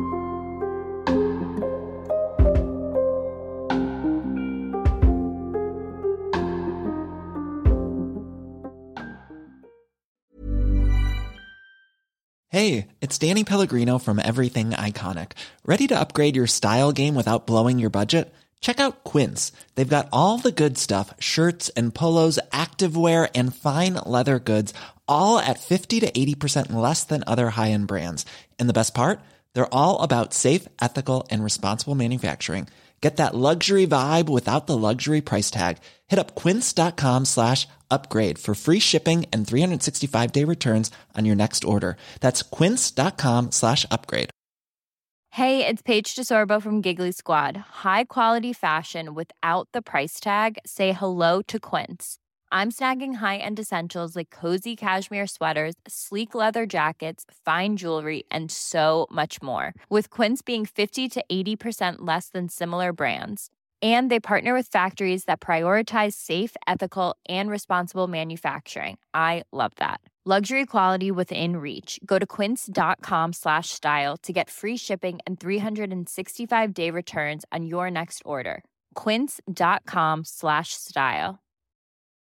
Hey, it's Danny Pellegrino from Everything Iconic. Ready to upgrade your style game without blowing your budget? Check out Quince. They've got all the good stuff, shirts and polos, activewear, and fine leather goods, all at fifty to eighty percent less than other high-end brands. And the best part? They're all about safe, ethical, and responsible manufacturing. Get that luxury vibe without the luxury price tag. Hit up quince.com slash upgrade for free shipping and three sixty-five day returns on your next order. That's quince.com slash upgrade. Hey, it's Paige DeSorbo from Giggly Squad. High quality fashion without the price tag. Say hello to Quince. I'm snagging high-end essentials like cozy cashmere sweaters, sleek leather jackets, fine jewelry, and so much more. With Quince being fifty to eighty percent less than similar brands. And they partner with factories that prioritize safe, ethical, and responsible manufacturing. I love that. Luxury quality within reach. Go to quince.com slash style to get free shipping and three sixty-five day returns on your next order. Quince.com slash style.